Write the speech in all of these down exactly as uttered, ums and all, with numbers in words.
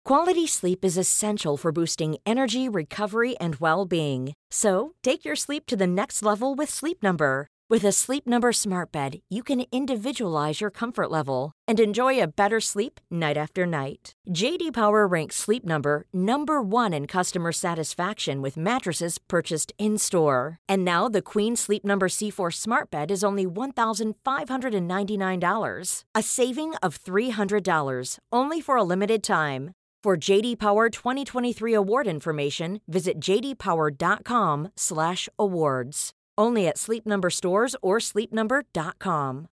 Quality sleep is essential for boosting energy, recovery, and well-being. So, take your sleep to the next level with Sleep Number. With a Sleep Number smart bed, you can individualize your comfort level and enjoy a better sleep night after night. J D Power ranks Sleep Number number one in customer satisfaction with mattresses purchased in-store. And now the Queen Sleep Number C four smart bed is only one thousand five hundred ninety-nine dollars, a saving of three hundred dollars, only for a limited time. For J D Power twenty twenty-three award information, visit j d power dot com slash awards. Only at Sleep Number stores or sleep number dot com.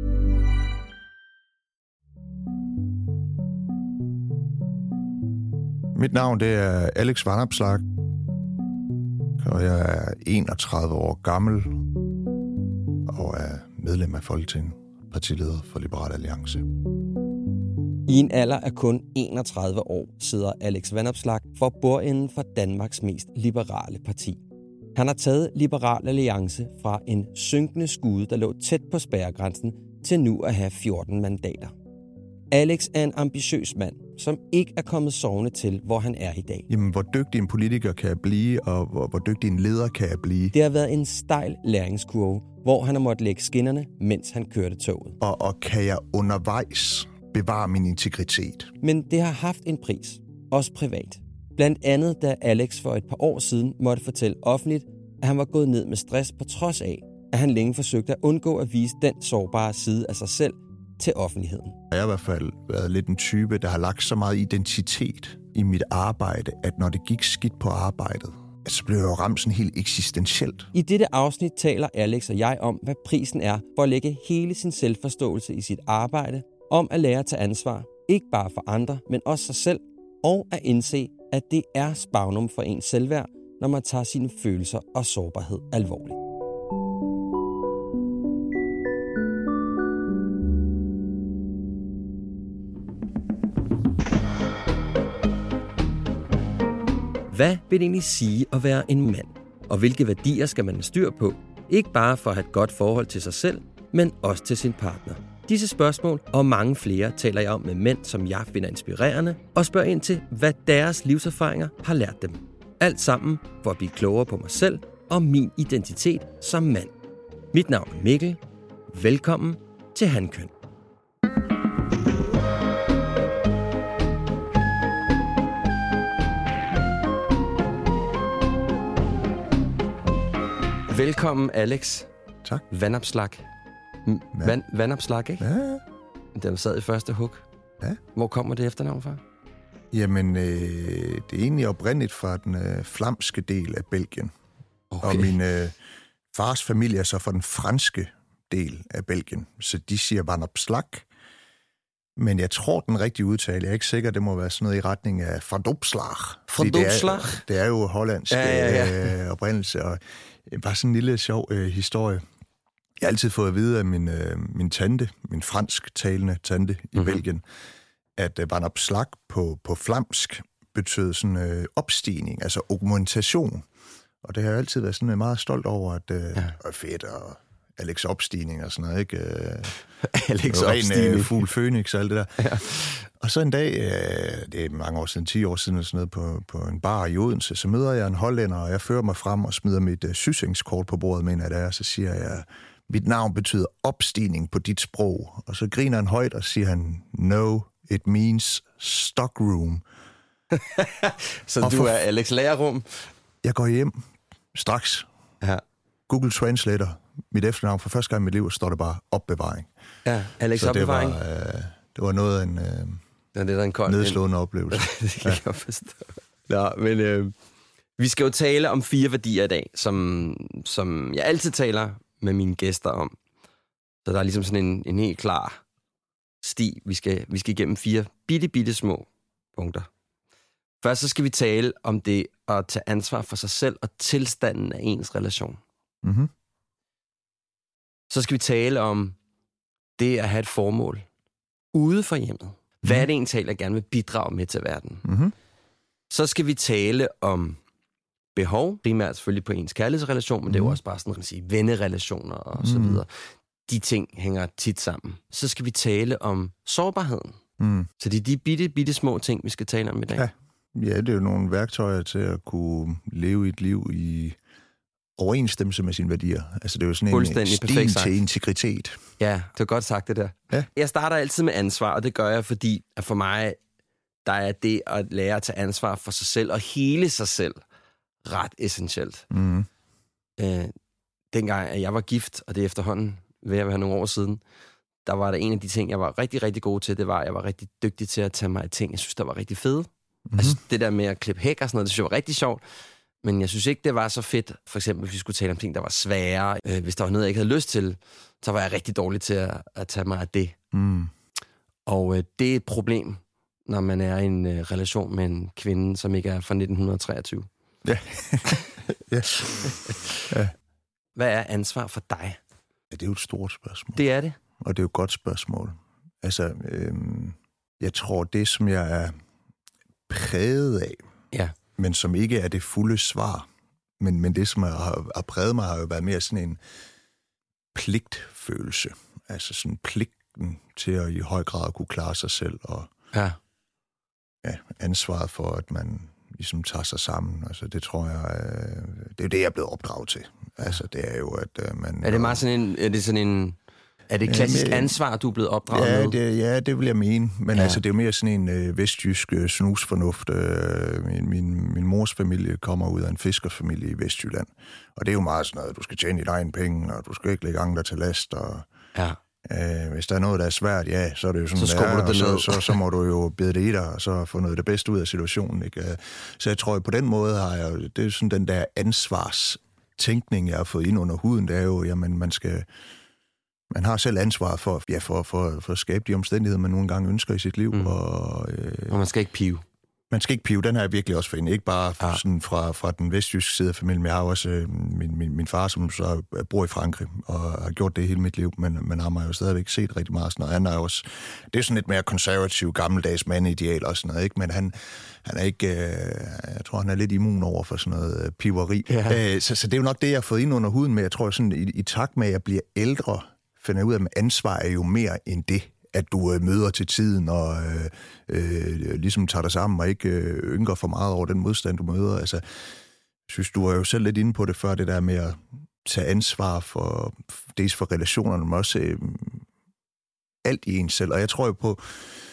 Mit navn, det er Alex Vanopslagh, og jeg er enogtredive år gammel og er medlem af Folketinget, partileder for Liberal Alliance. I en alder af kun enogtredive år sidder Alex Vanopslagh for bordenden for Danmarks mest liberale parti. Han har taget Liberal Alliance fra en synkende skude, der lå tæt på spærregrænsen, til nu at have fjorten mandater. Alex er en ambitiøs mand, som ikke er kommet sovende til, hvor han er i dag. Jamen, hvor dygtig en politiker kan jeg blive, og hvor, hvor dygtig en leder kan jeg blive. Det har været en stejl læringskurve, hvor han har måttet lægge skinnerne, mens han kørte toget. Og, og kan jeg undervejs bevare min integritet. Men det har haft en pris, også privat. Blandt andet, da Alex for et par år siden måtte fortælle offentligt, at han var gået ned med stress på trods af, at han længe forsøgte at undgå at vise den sårbare side af sig selv til offentligheden. Jeg har i hvert fald været lidt en type, der har lagt så meget identitet i mit arbejde, at når det gik skidt på arbejdet, så blev jeg jo ramt sådan helt eksistentielt. I dette afsnit taler Alex og jeg om, hvad prisen er for at lægge hele sin selvforståelse i sit arbejde, om at lære at tage ansvar, ikke bare for andre, men også sig selv, og at indse, at det er spavnum for ens selvværd, når man tager sine følelser og sårbarhed alvorligt. Hvad vil det egentlig sige at være en mand? Og hvilke værdier skal man have styr på? Ikke bare for at have et godt forhold til sig selv, men også til sin partner. Disse spørgsmål og mange flere taler jeg om med mænd, som jeg finder inspirerende, og spørger ind til, hvad deres livserfaringer har lært dem. Alt sammen for at blive klogere på mig selv og min identitet som mand. Mit navn er Mikkel. Velkommen til Hankøn. Velkommen, Alex. Tak. Vanopslagh. Van, Vanopslagh, ikke? Ja. Den sad i første hug. Ja. Hvor kommer det efternavn fra? Jamen, øh, det er egentlig oprindeligt fra den øh, flamske del af Belgien. Okay. Og min øh, fars familie er så fra den franske del af Belgien. Så de siger Vanopslagh. Men jeg tror, den rigtige udtale, jeg er ikke sikker, det må være sådan noget i retning af Vanopslagh. Vanopslagh? Det, det er jo hollandsk ja, ja, ja. Øh, oprindelse. Og bare sådan en lille sjov øh, historie. Jeg har altid fået at vide af min, øh, min tante, min fransk-talende tante i mm-hmm. Belgien, at øh, Vanopslagh på, på flamsk betød sådan øh, opstigning, altså augmentation. Og det har jeg altid været sådan meget stolt over, at øh, ja. Og fedt og Alex opstigning og sådan noget, ikke? Øh, Alex opstigning. Ren fugl Phoenix og alt det der. Ja. Og så en dag, øh, det er mange år siden, ti år siden, sådan noget, på, på en bar i Odense, så møder jeg en hollænder, og jeg fører mig frem og smider mit øh, syssingskort på bordet, mener jeg det er, og så siger jeg, mit navn betyder opstigning på dit sprog. Og så griner han højt, og siger han, no, it means stockroom. Så og du for... er Alex Lagerrum? Jeg går hjem straks. Ja. Google Translator, mit efternavn for første gang i mit liv, står det bare opbevaring. Ja, Alex så opbevaring. Det var, øh, det var noget af en, øh, ja, det er en kold, nedslående en... oplevelse. Det kan ja. jeg forstå. Nå, men øh, vi skal jo tale om fire værdier i dag, som, som jeg altid taler med mine gæster om. Så der er ligesom sådan en, en helt klar sti. Vi skal, vi skal igennem fire bitte, bitte små punkter. Først så skal vi tale om det at tage ansvar for sig selv og tilstanden af ens relation. Mm-hmm. Så skal vi tale om det at have et formål ude for hjemmet. Hvad er det egentlig, jeg gerne vil bidrage med til verden? Mm-hmm. Så skal vi tale om behov, primært selvfølgelig på ens kærlighedsrelation, men mm. det er jo også bare sådan, man kan sige, vennerelationer og så videre. De ting hænger tit sammen. Så skal vi tale om sårbarheden. Mm. Så det er de bitte, bitte små ting, vi skal tale om i dag. Ja. Ja, det er jo nogle værktøjer til at kunne leve et liv i overensstemmelse med sine værdier. Altså det er jo sådan en sten til integritet. Ja, det var godt sagt det der. Ja. Jeg starter altid med ansvar, og det gør jeg, fordi at for mig, der er det at lære at tage ansvar for sig selv og hele sig selv ret essentielt. Mm. Øh, dengang, at jeg var gift, og det er efterhånden ved at være nogle år siden, der var der en af de ting, jeg var rigtig, rigtig god til, det var, at jeg var rigtig dygtig til at tage mig af ting, jeg synes, der var rigtig fede. Mm-hmm. Altså det der med at klippe hæk og sådan noget, det synes jeg var rigtig sjovt. Men jeg synes ikke, det var så fedt, for eksempel, hvis vi skulle tale om ting, der var svære. Øh, hvis der var noget, jeg ikke havde lyst til, så var jeg rigtig dårlig til at, at tage mig af det. Mm. Og øh, det er et problem, når man er i en øh, relation med en kvinde, som ikke er fra nitten treogtyve. Ja. ja. ja. Hvad er ansvar for dig? Ja, det er jo et stort spørgsmål. Det er det. Og det er jo et godt spørgsmål. Altså, øhm, jeg tror, det som jeg er præget af, ja. men som ikke er det fulde svar, men, men det, som har, har præget mig, har jo været mere sådan en pligtfølelse. Altså sådan pligten til at i høj grad kunne klare sig selv, og ja. Ja, ansvaret for, at man ligesom tager sig sammen. Altså, det tror jeg, øh, det er det, jeg er blevet opdraget til. Altså, det er jo, at øh, man... Er det meget sådan en... Er det sådan en... Er det klassisk ja, men, ansvar, du er blevet opdraget ja, med? Det, ja, det vil jeg mene. Men ja. altså, det er jo mere sådan en øh, vestjysk øh, snusfornuft. Øh, min, min, min mors familie kommer ud af en fiskerfamilie i Vestjylland. Og det er jo meget sådan noget, du skal tjene dit egen penge, og du skal ikke lægge andre til last. Og, ja. øh, hvis der er noget, der er svært, ja, så er det jo sådan, så, der, det og så, så, så må du jo bide det i dig, og så få noget det bedste ud af situationen. Ikke? Så jeg tror, at på den måde har jeg det er sådan den der ansvarstænkning, jeg har fået ind under huden, det er jo, jamen, man skal... Man har selv ansvar for, ja, for, for, for at skabe de omstændigheder, man nogle gange ønsker i sit liv. Mm. Og, øh, og man skal ikke pive. Man skal ikke pive, den har jeg virkelig også for en. Ikke bare ja. sådan fra, fra den vestjyske side af familien, men jeg har også øh, min, min, min far, som så bor i Frankrig, og har gjort det hele mit liv, men man har mig jo stadigvæk set rigtig meget sådan noget. Han er også, det er sådan lidt mere konservativ, gammeldags mandideal og sådan noget, ikke? Men han, han er ikke, øh, jeg tror, han er lidt immun over for sådan noget øh, piveri. Ja. Øh, så, så det er jo nok det, jeg har fået ind under huden med. Jeg tror sådan, i, i takt med, at jeg bliver ældre, finder jeg ud af, at ansvar er jo mere end det, at du øh, møder til tiden og øh, øh, ligesom tager dig sammen og ikke øh, ynker for meget over den modstand, du møder. Altså, jeg synes, du var jo selv lidt inde på det før, det der med at tage ansvar for, dels for relationerne, men også øh, alt i en selv. Og jeg tror jo på,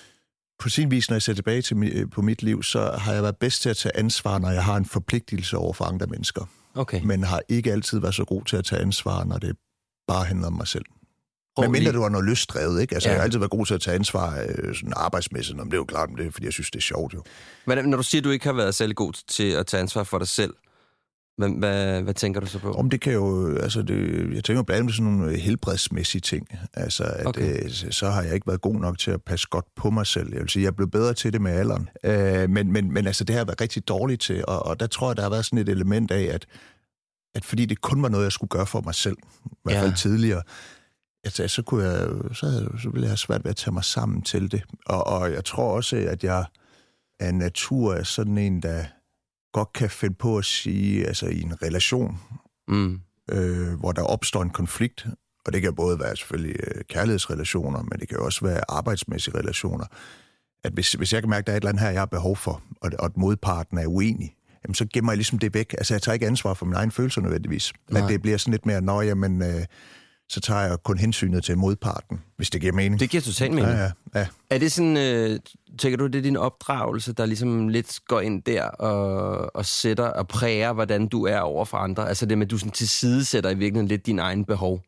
på sin vis, når jeg ser tilbage til, på mit liv, så har jeg været bedst til at tage ansvar, når jeg har en forpligtelse over for andre mennesker. Okay. Men har ikke altid været så god til at tage ansvar, når det bare handler om mig selv. Men mindre du har noget lystdrevet, ikke? Altså, ja. Jeg har altid været god til at tage ansvar øh, sådan arbejdsmæssigt, men det er jo klart, det er, fordi jeg synes, det er sjovt, jo. Men når du siger, at du ikke har været særlig god til at tage ansvar for dig selv, hvad, hvad, hvad tænker du så på? Om det kan jo, altså, det, jeg tænker blandt andet sådan nogle helbredsmæssige ting. Altså, at okay. øh, så har jeg ikke været god nok til at passe godt på mig selv. Jeg vil sige, jeg er blevet bedre til det med alderen. Øh, men, men, men altså, det har jeg været rigtig dårligt til, og, og der tror jeg, der har været sådan et element af, at, at fordi det kun var noget, jeg skulle gøre for mig selv, i hvert fald ja. tidligere, Altså, så, kunne jeg, så, så ville jeg have svært ved at tage mig sammen til det. Og, og jeg tror også, at jeg af natur er sådan en, der godt kan finde på at sige, altså i en relation, mm. øh, hvor der opstår en konflikt, og det kan både være selvfølgelig kærlighedsrelationer, men det kan også være arbejdsmæssige relationer, at hvis, hvis jeg kan mærke, at der er et eller andet her, jeg har behov for, og, og at modparten er uenig, jamen, så gemmer jeg ligesom det væk. Altså, jeg tager ikke ansvar for mine egne følelser nødvendigvis. Nej. At det bliver sådan lidt mere, nå, jamen... Øh, så tager jeg kun hensynet til modparten, hvis det giver mening. Det giver totalt mening. Ja, ja, ja. Er det sådan, øh, tænker du, det er din opdragelse, der ligesom lidt går ind der og, og sætter og præger, hvordan du er over for andre? Altså det med, at du sådan tilsidesætter i virkeligheden lidt dine egne behov?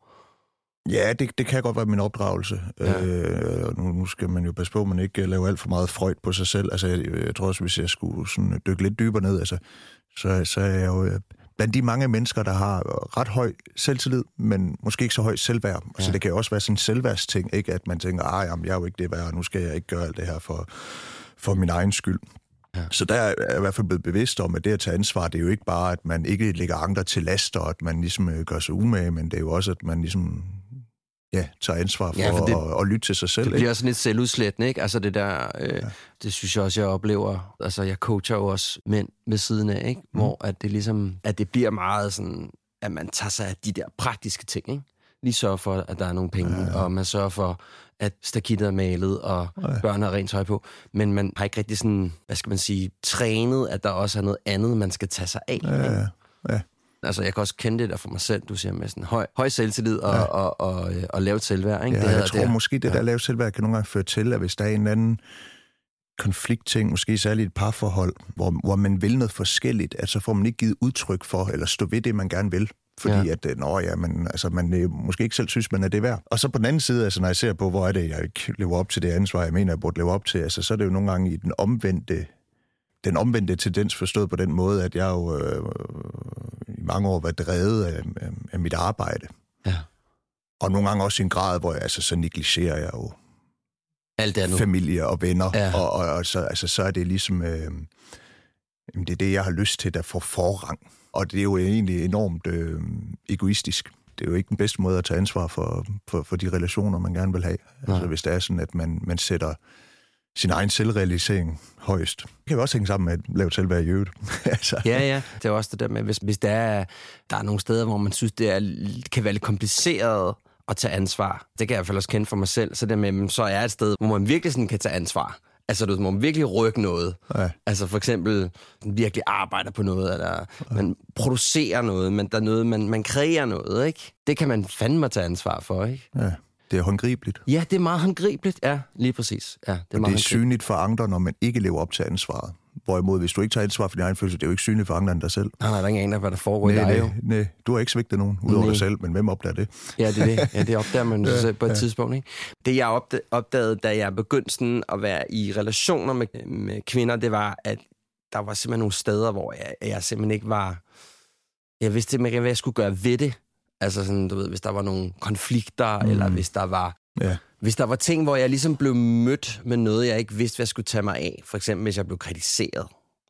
Ja, det, det kan godt være min opdragelse. Ja. Øh, nu, nu skal man jo passe på, at man ikke laver alt for meget Freud på sig selv. Altså jeg, jeg tror også, hvis jeg skulle sådan dykke lidt dybere ned, altså, så, så er jeg jo... Blandt de mange mennesker, der har ret høj selvtillid, men måske ikke så høj selvværd. Ja. Altså det kan jo også være sådan en selvværdsting, ikke? At man tænker, ah, jamen, jeg er jo ikke det værd, nu skal jeg ikke gøre alt det her for, for min egen skyld. Ja. Så der er jeg i hvert fald blevet bevidst om, at det at tage ansvar, det er jo ikke bare, at man ikke lægger andre til laster, at man ligesom gør sig umage, men det er jo også, at man ligesom... Ja, tager ansvar for, ja, for det, at, at lytte til sig selv. Det bliver ikke? Også lidt selvudslættende, ikke? Altså det der, øh, ja. det synes jeg også, jeg oplever. Altså jeg coacher jo også mænd ved siden af, ikke? Mm. Hvor at det ligesom, at det bliver meget sådan, at man tager sig af de der praktiske ting, ikke? lige sørge for, at der er nogle penge, ja. og man sørger for, at stakittet er malet, og ja. børn har rent tøj på. Men man har ikke rigtig sådan, hvad skal man sige, trænet, at der også er noget andet, man skal tage sig af. Ja, ja. ja. Altså, jeg kan også kende det der for mig selv, du siger med sådan høj, høj selvtillid og, ja. og, og, og, og lavt selvværd. Ikke? Ja, det jeg tror det måske, det ja. der lavt selvværd kan nogle gange føre til, at hvis der er en eller anden konfliktting, måske særligt et parforhold, hvor, hvor man vil noget forskelligt, at så får man ikke givet udtryk for, eller stå ved det, man gerne vil. Fordi ja. at, nå ja, man, altså, man måske ikke selv synes, man er det værd. Og så på den anden side, altså, når jeg ser på, hvor er det, jeg ikke lever op til det ansvar, jeg mener, jeg burde leve op til, altså, så er det jo nogle gange i den omvendte, den omvendte tendens forstået på den måde, at jeg jo øh, i mange år var drevet af, af, af mit arbejde. Ja. Og nogle gange også i en grad, hvor jeg, altså, så negligerer jeg jo alt andet. Familie og venner, ja. og, og, og så, altså, så er det ligesom, øh, det er det, jeg har lyst til, der får forrang. Og det er jo egentlig enormt øh, egoistisk. Det er jo ikke den bedste måde at tage ansvar for, for, for de relationer, man gerne vil have. Altså, hvis det er sådan, at man, man sætter sin egen selvrealisering højst. Det kan jo også hænge sammen med at lave selvværd i øvrigt. altså. Ja, ja. Det er også det der med, hvis, hvis der, er, der er nogle steder, hvor man synes, det er, kan være lidt kompliceret at tage ansvar. Det kan jeg i hvert fald også kende for mig selv. Så det med, så er et sted, hvor man virkelig sådan kan tage ansvar. Altså, du må virkelig rykke noget. Ja. Altså, for eksempel, virkelig arbejder på noget, eller ja. man producerer noget, men der er noget, man, man kreerer noget, ikke? Det kan man fandme tage ansvar for, ikke? Ja, det er håndgribeligt. Ja, det er meget håndgribeligt, ja, lige præcis. Ja, det er, og det er synligt for andre, når man ikke lever op til ansvaret. Hvorimod, hvis du ikke tager ansvar for din egen følelse, det er jo ikke synligt for andre end dig selv. Nej, nej, der er ingen aner, hvad der foregår næ, i dig, jo. Nej, du har ikke svigtet nogen, udover dig selv, men hvem opdager det? Ja, det er det. Ja, det opdager man ja, selv på et ja. tidspunkt, ikke? Det, jeg opdagede, opdagede, da jeg begyndte sådan at være i relationer med, med kvinder, det var, at der var simpelthen nogle steder, hvor jeg, jeg simpelthen ikke var... Jeg vidste ikke, hvad jeg skulle gøre ved det. Altså sådan, du ved, hvis der var nogle konflikter, mm. eller hvis der var... Ja. Hvis der var ting, hvor jeg ligesom blev mødt med noget, jeg ikke vidste, hvad jeg skulle tage mig af. For eksempel, hvis jeg blev kritiseret.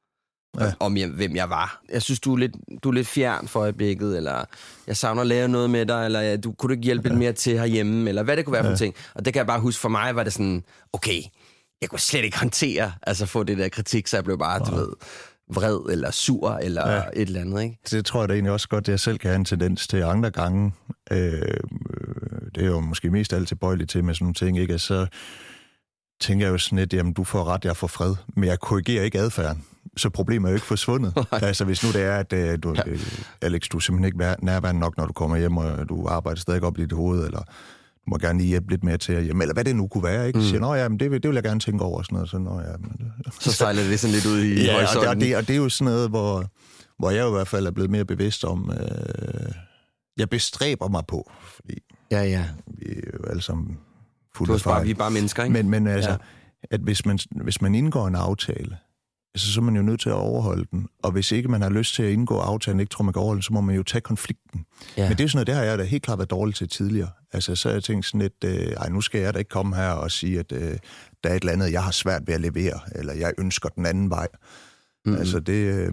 Ja. Om jeg, hvem jeg var. Jeg synes, du er, lidt, du er lidt fjern for øjeblikket, eller jeg savner at lave noget med dig, eller du kunne du ikke hjælpe ja. lidt mere til herhjemme, eller hvad det kunne være ja. for ting. Og det kan jeg bare huske, for mig var det sådan, okay, jeg kunne slet ikke håndtere, altså få det der kritik, så jeg blev bare, ja. du ved, vred, eller sur, eller ja. et eller andet, ikke? Det tror jeg da egentlig også godt, at jeg selv kan have en tendens til andre gange. Øh, det er jo måske mest alt tilbøjeligt til med sådan nogle ting, ikke? Så tænker jeg jo sådan lidt, jamen du får ret, jeg får fred, men jeg korrigerer ikke adfærden. Så problemet er jo ikke forsvundet. altså hvis nu det er, at uh, du, ja. Alex, du er simpelthen ikke nærværende nok, når du kommer hjem, og du arbejder stadig op i dit hoved, eller du må gerne lige hjælpe lidt mere til at hjemme, eller hvad det nu kunne være, ikke? Mm. Siger, nå ja, men det, det vil jeg gerne tænke over, og sådan noget. Så, nå, ja, men, så sejler det sådan lidt ud i ja, horisonten. Og det, og det er jo sådan noget, hvor, hvor jeg i hvert fald er blevet mere bevidst om, øh, jeg bestræber mig på, fordi ja, ja. vi er jo alle sammen fulde af fejl. Vi er bare mennesker, ikke? Men, men altså, ja. at hvis man, hvis man indgår en aftale, altså, så er man jo nødt til at overholde den. Og hvis ikke man har lyst til at indgå aftalen, ikke tror, man kan overholde den, så må man jo tage konflikten. Ja. Men det er sådan noget, det har jeg da helt klart været dårligt til tidligere. Altså, så har jeg tænkt sådan lidt, øh, ej, nu skal jeg da ikke komme her og sige, at øh, der er et eller andet, jeg har svært ved at levere, eller jeg ønsker den anden vej. Mm-hmm. Altså, det... Øh,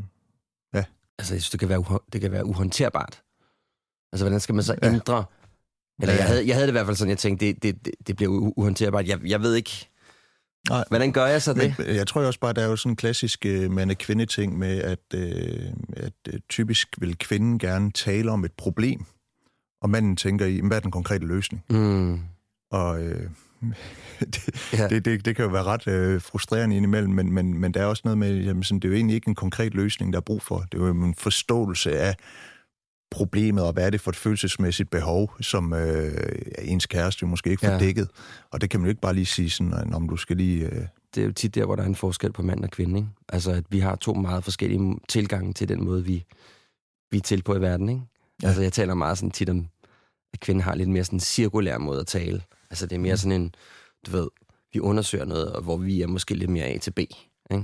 ja. Altså, jeg synes, det kan være, uh- det kan være uhåndterbart. Altså, hvordan skal man så ja. ændre? Eller ja. jeg, havde, jeg havde det i hvert fald sådan, jeg tænkte, det, det, det, det bliver uhåndterbart. Jeg, jeg ved ikke... Nej. Hvordan gør jeg så det? Men jeg tror også bare, der er jo sådan en klassisk uh, mande-kvinde-ting med, at, uh, at uh, typisk vil kvinden gerne tale om et problem, og manden tænker i, hvad er den konkrete løsning? Mm. Og uh, det, ja. det, det, det kan jo være ret uh, frustrerende indimellem, men, men, men der er også noget med, jamen, sådan, det er jo egentlig ikke en konkret løsning, der er brug for. Det er jo en forståelse af problemet, og hvad er det for et følelsesmæssigt behov, som øh, ens kæreste jo måske ikke får ja. dækket. Og det kan man jo ikke bare lige sige sådan, om du skal lige... Øh... Det er jo tit der, hvor der er en forskel på mand og kvinde, ikke? Altså, at vi har to meget forskellige tilgange til den måde, vi, vi er til på i verden, ikke? Ja. Altså, jeg taler meget sådan tit om, at kvinden har lidt mere sådan en cirkulær måde at tale. Altså, det er mere sådan en, du ved, vi undersøger noget, og hvor vi er måske lidt mere A til B, ikke?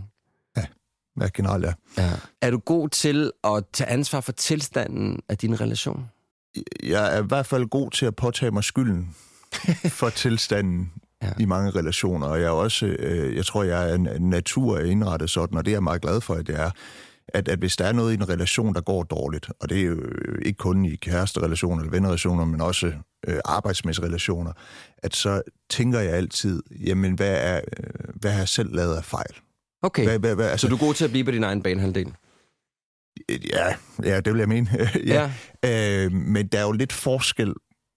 Ja, generelt, ja. ja. Er du god til at tage ansvar for tilstanden af din relation? Jeg er i hvert fald god til at påtage mig skylden for tilstanden ja. i mange relationer. Og jeg er også, øh, jeg tror, jeg er en natur indrettet sådan, og det er jeg meget glad for, at det er, at, at hvis der er noget i en relation, der går dårligt, og det er jo ikke kun i kæresterelationer eller vennerrelationer, men også øh, arbejdsmæssige relationer, at så tænker jeg altid, jamen, hvad, er, hvad har jeg selv lavet af fejl? Okay, hvad, hvad, hvad, altså, så du er god til at blive på din egen banehalvdel? Ja, ja, det vil jeg mene. ja. Ja. Øh, men der er jo lidt forskel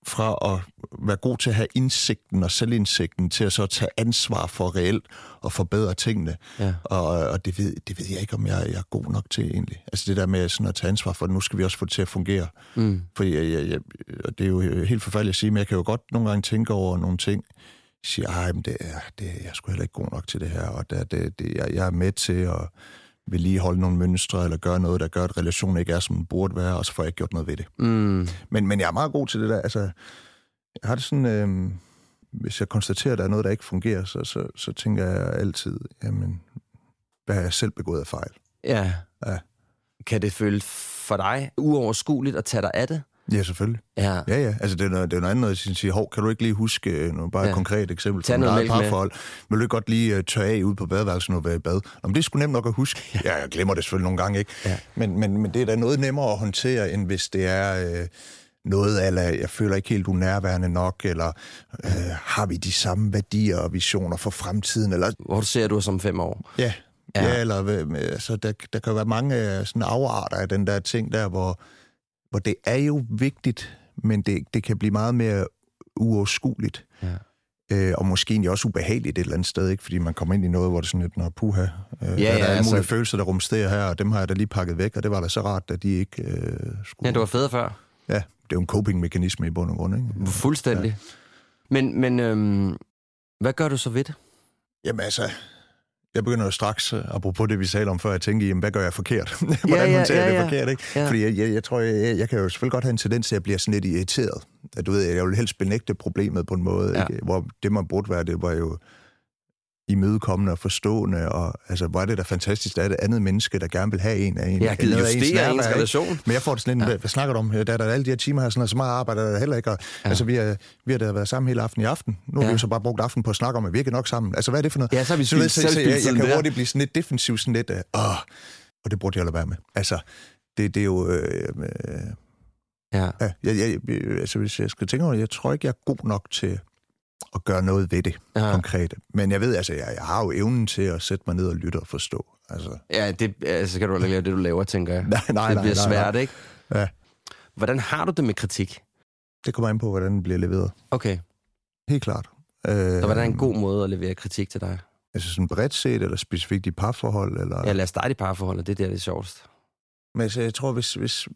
fra at være god til at have indsigten og selvindsigten til at så tage ansvar for reelt og forbedre tingene. Ja. Og, og det, ved, det ved jeg ikke, om jeg, jeg er god nok til egentlig. Altså det der med sådan at tage ansvar for, nu skal vi også få det til at fungere. Mm. For jeg, jeg, jeg, det er jo helt forfærdeligt at sige, men jeg kan jo godt nogle gange tænke over nogle ting. Jeg siger, ej, men det er, det, jeg er sgu heller ikke god nok til det her, og det, det, det, jeg, jeg er med til at vil lige holde nogle mønstre, eller gøre noget, der gør, at relationen ikke er, som den burde være, og så får jeg ikke gjort noget ved det. Mm. Men, men jeg er meget god til det der. Altså, jeg har det sådan, øh, hvis jeg konstaterer, at der er noget, der ikke fungerer, så, så, så tænker jeg altid, jamen, hvad har jeg selv begået af fejl? Ja. ja. Kan det føles for dig uoverskueligt at tage dig af det? Ja, selvfølgelig. Ja, ja. ja. Altså, det er noget, det er noget andet, at sige, hov, kan du ikke lige huske, nu, bare et ja. konkret eksempel fra mit eget parforhold. Vil du ikke godt lige uh, tørre af ud på badeværelsen og være i bad? Nå, men det er sgu nemt nok at huske. Ja, jeg glemmer det selvfølgelig nogle gange, ikke? Ja. Men, men, men det er da noget nemmere at håndtere, end hvis det er øh, noget, eller jeg føler ikke helt, du er nærværende nok, eller øh, har vi de samme værdier og visioner for fremtiden? Eller... Hvor ser du som fem år? Ja, ja. ja eller altså, der, der kan være mange sådan afarter af den der ting der, hvor hvor det er jo vigtigt, men det, det kan blive meget mere uoverskueligt. Ja. Øh, og måske egentlig også ubehageligt et eller andet sted, ikke? Fordi man kommer ind i noget, hvor det sådan lidt, når puha, øh, ja, der, der ja, er alle mulige altså... følelser, der rumsterer her, og dem har jeg da lige pakket væk, og det var da så rart, at de ikke øh, skulle... Ja, det var fedt før. Ja, det er jo en coping-mekanisme i bund og grund, ikke? Fuldstændig. Ja. Men, men øhm, hvad gør du så ved det? Jamen altså... Jeg begynder jo straks, apropos det, vi sagde om før, at tænke i, hvad gør jeg forkert? Hvordan ja, ja, håndterer jeg ja, ja. det forkert, ikke? Ja. Fordi jeg, jeg, jeg tror, jeg, jeg kan jo selvfølgelig godt have en tendens til at blive sådan lidt irriteret. At du ved, jeg vil helst benægte problemet på en måde, ja. ikke? Hvor det, man burde være, det var jo imødekommende og forstående, og altså, hvor er det da fantastisk, der er det andet menneske, der gerne vil have en af en. Ja, givet justere ens relation. Men jeg får det sådan lidt, ja. hvad snakker du om? Der er der alle de her timer her, sådan noget, så meget arbejder der heller ikke. Og, ja. Altså, vi har, vi har da været sammen hele aften i aften. Nu har ja. vi jo så bare brugt aften på at snakke om, at vi ikke er nok sammen. Altså, hvad er det for noget? Ja, så har vi spildt så, så, så, jeg, jeg kan hurtigt blive sådan lidt defensiv, sådan lidt, åh, og det burde jeg lade være med. Altså, det, det er jo... Øh, øh, ja. ja jeg, jeg, altså, hvis jeg skal tænke over det, jeg tror ikke, jeg er god nok til at gøre noget ved det ja. konkret. Men jeg ved, altså, jeg, jeg har jo evnen til at sætte mig ned og lytte og forstå. Altså. Ja, det altså, kan du ikke lave det, du laver, tænker jeg. Nej, nej, det bliver nej, svært, nej. ikke? Ja. Hvordan har du det med kritik? Det kommer an på, hvordan den bliver leveret. Okay. Helt klart. Så hvordan er en god måde at levere kritik til dig? Altså sådan bredt set, eller specifikt i parforhold? Eller... Ja, lad os starte i parforhold, det er der, det er sjovest. Men altså, jeg tror, hvis, hvis,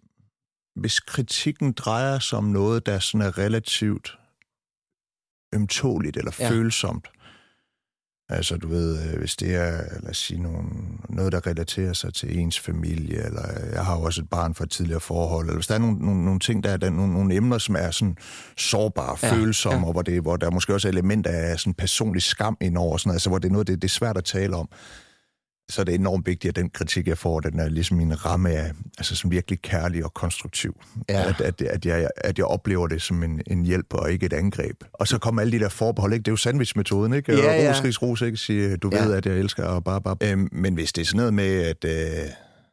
hvis kritikken drejer sig om noget, der sådan er relativt ømtåligt eller ja. følsomt. Altså, du ved, hvis det er, lad os sige, nogen, noget, der relaterer sig til ens familie, eller jeg har jo også et barn fra et tidligere forhold, eller hvis der er nogle, nogle, nogle ting, der er der, nogle, nogle emner, som er sådan sårbare, ja. følsomme, ja. og hvor, det, hvor der er måske også elementer af sådan personlig skam indover, sådan, altså, hvor det er noget, det, det er svært at tale om. Så er det enormt vigtigt, at den kritik, jeg får, den er ligesom en ramme af, altså som virkelig kærlig og konstruktiv. Ja. At, at, at, jeg, at jeg oplever det som en, en hjælp og ikke et angreb. Og så kommer alle de der forbehold, ikke? Det er jo sandwichmetoden, ikke? Ja, ja. Ros, ris, ros, ikke? Sige, du ja. ved, at jeg elsker, og bare, bare. Øhm, men hvis det er sådan noget med, at øh,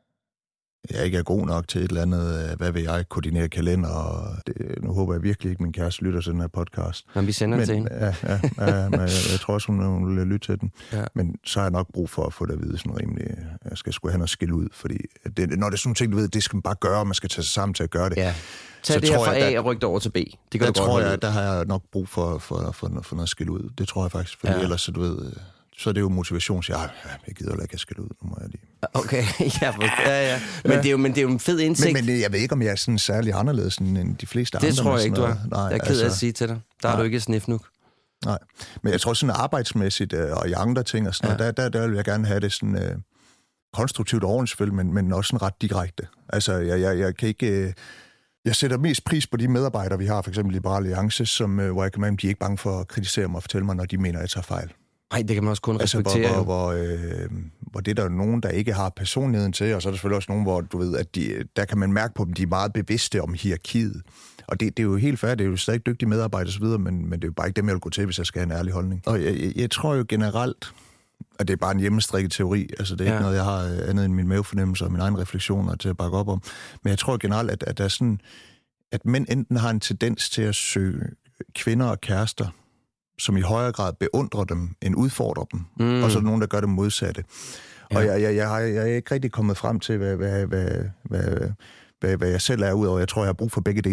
jeg ikke er god nok til et eller andet, hvad vil jeg, koordinere kalender, og det, nu håber jeg virkelig ikke, at min kæreste lytter til den her podcast. Men vi sender men, til hende. Ja, ja, ja men jeg, jeg tror også, hun, hun vil lytte til den. Ja. Men så har jeg nok brug for at få det at vide sådan rimelig, jeg skal sgu hen og skille ud, fordi det, når det er sådan nogle ting, du ved, det skal man bare gøre, og man skal tage sig sammen til at gøre det. Ja. Tag så det her fra A og ryk det over til B. Det kan der du godt tror jeg, der har jeg nok brug for, for, for, for, for noget at skille ud. Det tror jeg faktisk, fordi ja. ellers, så du ved... så er det jo motivation, så jeg, jeg gider heller ikke at skille ud, nu må jeg lige. Okay, ja, ja, ja. Men, ja. Det er jo, men det er jo en fed indsigt. Men, men jeg ved ikke, om jeg er sådan særlig anderledes end de fleste det andre. Det tror jeg ikke, du er. Nej, jeg er ked af altså, at sige til dig. Der nej. Er du ikke snif nu. Nej, men jeg tror sådan arbejdsmæssigt og i andre ting og sådan ja. noget, der, der, der vil jeg gerne have det sådan uh, konstruktivt ordentligt selvfølgelig, men, men også sådan ret direkte. Altså, jeg, jeg, jeg kan ikke... Uh, Jeg sætter mest pris på de medarbejdere, vi har, for eksempel Liberal Alliance, som, uh, hvor jeg kan mærke, de er ikke bange for at kritisere mig og fortælle mig, når de mener, at jeg tager fejl. Nej, det kan man også kun respektere. Altså, hvor, hvor, hvor, øh, hvor det er der nogen, der ikke har personligheden til, og så er der selvfølgelig også nogen, hvor du ved, at de, der kan man mærke på dem, de er meget bevidste om hierarkiet. Og det, det er jo helt fair, det er jo stadig dygtige medarbejdere osv., men, men det er jo bare ikke dem, jeg vil gå til, hvis jeg skal have en ærlig holdning. Og jeg, jeg, jeg tror jo generelt, at det er bare en hjemmestrikket teori, altså det er ja. ikke noget, jeg har andet end min mavefornemmelse og mine egne refleksioner til at bakke op om. Men jeg tror generelt, at, at der er sådan, at mænd enten har en tendens til at søge kvinder og kærester, som i højere grad beundrer dem, end udfordrer dem. Mm. Og så er der nogen, der gør det modsatte. Ja. Og jeg, jeg, jeg, har, jeg er ikke rigtig kommet frem til, hvad, hvad, hvad, hvad, hvad, hvad jeg selv er udover. Jeg tror, jeg har brug for begge dele.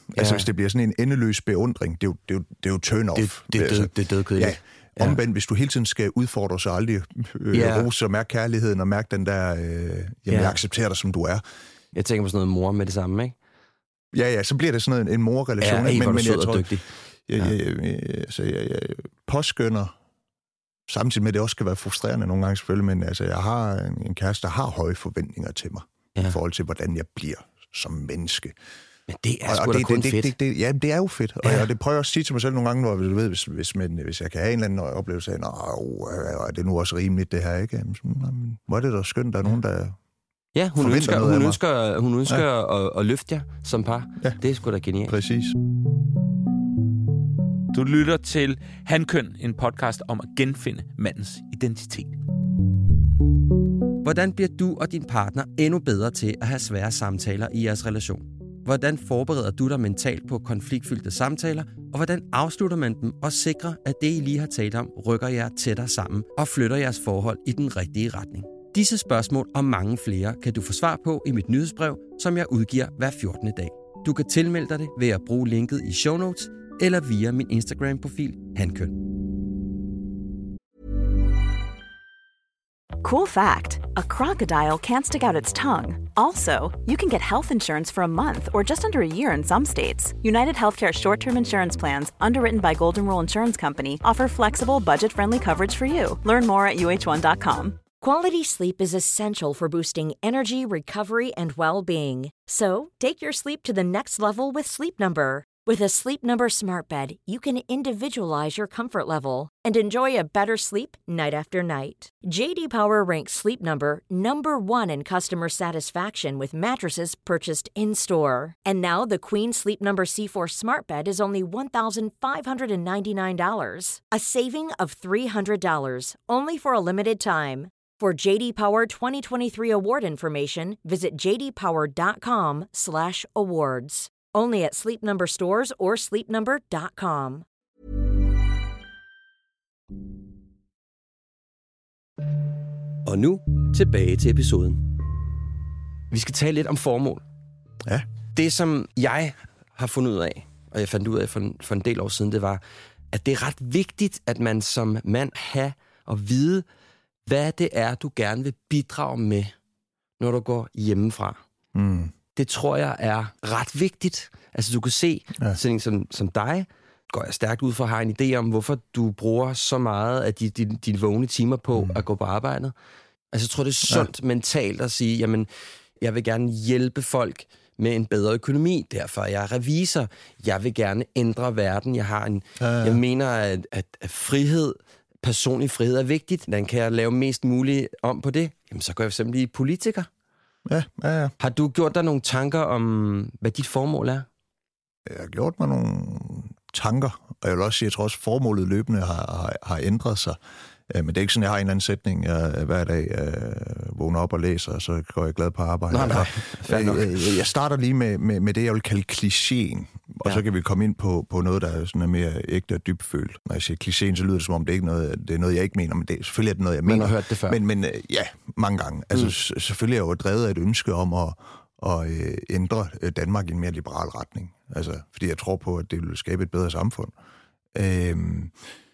Ja. Altså hvis det bliver sådan en endeløs beundring, det er jo, det er jo, det er jo turn off. Det, det, altså, det, det er dødkedeligt. Ja. Omvendt, hvis du hele tiden skal udfordre sig aldrig øh, Ja. rose og mærke kærligheden og mærke den der, øh, jamen Ja. jeg accepterer dig som du er. Jeg tænker på sådan noget mor med det samme, ikke? Ja, ja, så bliver det sådan en, en morrelation. Ja, ej, hvor er du men sød jeg og tror, dygtig. Jeg, Ja. jeg, jeg, så jeg, jeg påskynder, samtidig med, at det også kan være frustrerende nogle gange selvfølgelig, men altså, jeg har en, en kæreste, der har høje forventninger til mig, Ja. i forhold til, hvordan jeg bliver som menneske. Men det er Og- sgu og da det, kun det, det, fedt. Det, det, ja, det er jo fedt. Og, Ja. jeg, og det prøver jeg også at sige til mig selv nogle gange, når du ved, hvis, hvis, men, hvis jeg kan have en eller anden oplevelse af, er det nu også rimeligt, det her, ikke? Jamen, sådan, jamen, hvor er det da skønt, der er nogen, der... Ja, hun forventer ønsker, noget af hun mig. ønsker, hun ønsker ja. at, at løfte jer som par. Ja. Det er sgu da genialt. Præcis. Du lytter til Hankøn, en podcast om at genfinde mandens identitet. Hvordan bliver du og din partner endnu bedre til at have svære samtaler i jeres relation? Hvordan forbereder du dig mentalt på konfliktfyldte samtaler? Og hvordan afslutter man dem og sikrer, at det, I lige har talt om, rykker jer tættere sammen og flytter jeres forhold i den rigtige retning? Disse spørgsmål og mange flere kan du få svar på i mit nyhedsbrev, som jeg udgiver hver fjortende dag. Du kan tilmelde dig det ved at bruge linket i show notes eller via min Instagram-profil Hankøn. Cool fact, a crocodile can't stick out its tongue. Also, you can get health insurance for a month or just under a year in some states. United Healthcare short-term insurance plans, underwritten by Golden Rule Insurance Company, offer flexible, budget-friendly coverage for you. Learn more at U H one dot com. Quality sleep is essential for boosting energy, recovery, and well-being. So, take your sleep to the next level with Sleep Number. With a Sleep Number smart bed, you can individualize your comfort level and enjoy a better sleep night after night. J D Power ranks Sleep Number number one in customer satisfaction with mattresses purchased in-store. And now the Queen Sleep Number C four smart bed is only one thousand five hundred ninety-nine dollars, a saving of three hundred dollars, only for a limited time. For J D Power twenty twenty-three award information, visit j d power dot com slash awards. Only at Sleep Number stores or sleep number dot com. Og nu tilbage til episoden. Vi skal tale lidt om formål. Ja. Det, som jeg har fundet ud af, og jeg fandt ud af for en, for en del år siden, det var, at det er ret vigtigt, at man som mand har og vide, hvad det er, du gerne vil bidrage med, når du går hjemmefra. Mm. Det tror jeg er ret vigtigt. Altså, du kan se, Ja. sådan en som, som dig, går jeg stærkt ud for at have en idé om, hvorfor du bruger så meget af dine din, din vågne timer på mm. at gå på arbejdet. Altså, jeg tror, det er sundt ja. mentalt at sige, jamen, jeg vil gerne hjælpe folk med en bedre økonomi, derfor er jeg revisor. Jeg vil gerne ændre verden. Jeg har en, ja, ja. Jeg mener, at, at, at frihed, personlig frihed er vigtigt. Hvordan kan jeg lave mest muligt om på det? Jamen, så går jeg simpelthen blive politiker. Ja, ja, ja. Har du gjort dig nogle tanker om, hvad dit formål er? Jeg har gjort mig nogle tanker, og jeg vil også sige, at jeg tror også, at formålet løbende har, har, har ændret sig. Men det er ikke sådan, at jeg har en eller anden sætning, jeg hver dag øh, vågner op og læser, og så går jeg glad på arbejde. Nej, nej. Jeg, jeg starter lige med, med, med det, jeg vil kalde klichéen, og ja. så kan vi komme ind på, på noget, der er sådan er mere ægte og dybfølt. Når jeg siger klichéen, så lyder det som om, det er, ikke noget, det er noget, jeg ikke mener, men det, selvfølgelig er det noget, jeg mener. Man har hørt det før. Men, men ja, mange gange. Altså, mm. selvfølgelig er jeg jo drevet af et ønske om at, at øh, ændre Danmark i en mere liberal retning. Altså, fordi jeg tror på, at det vil skabe et bedre samfund. Øhm,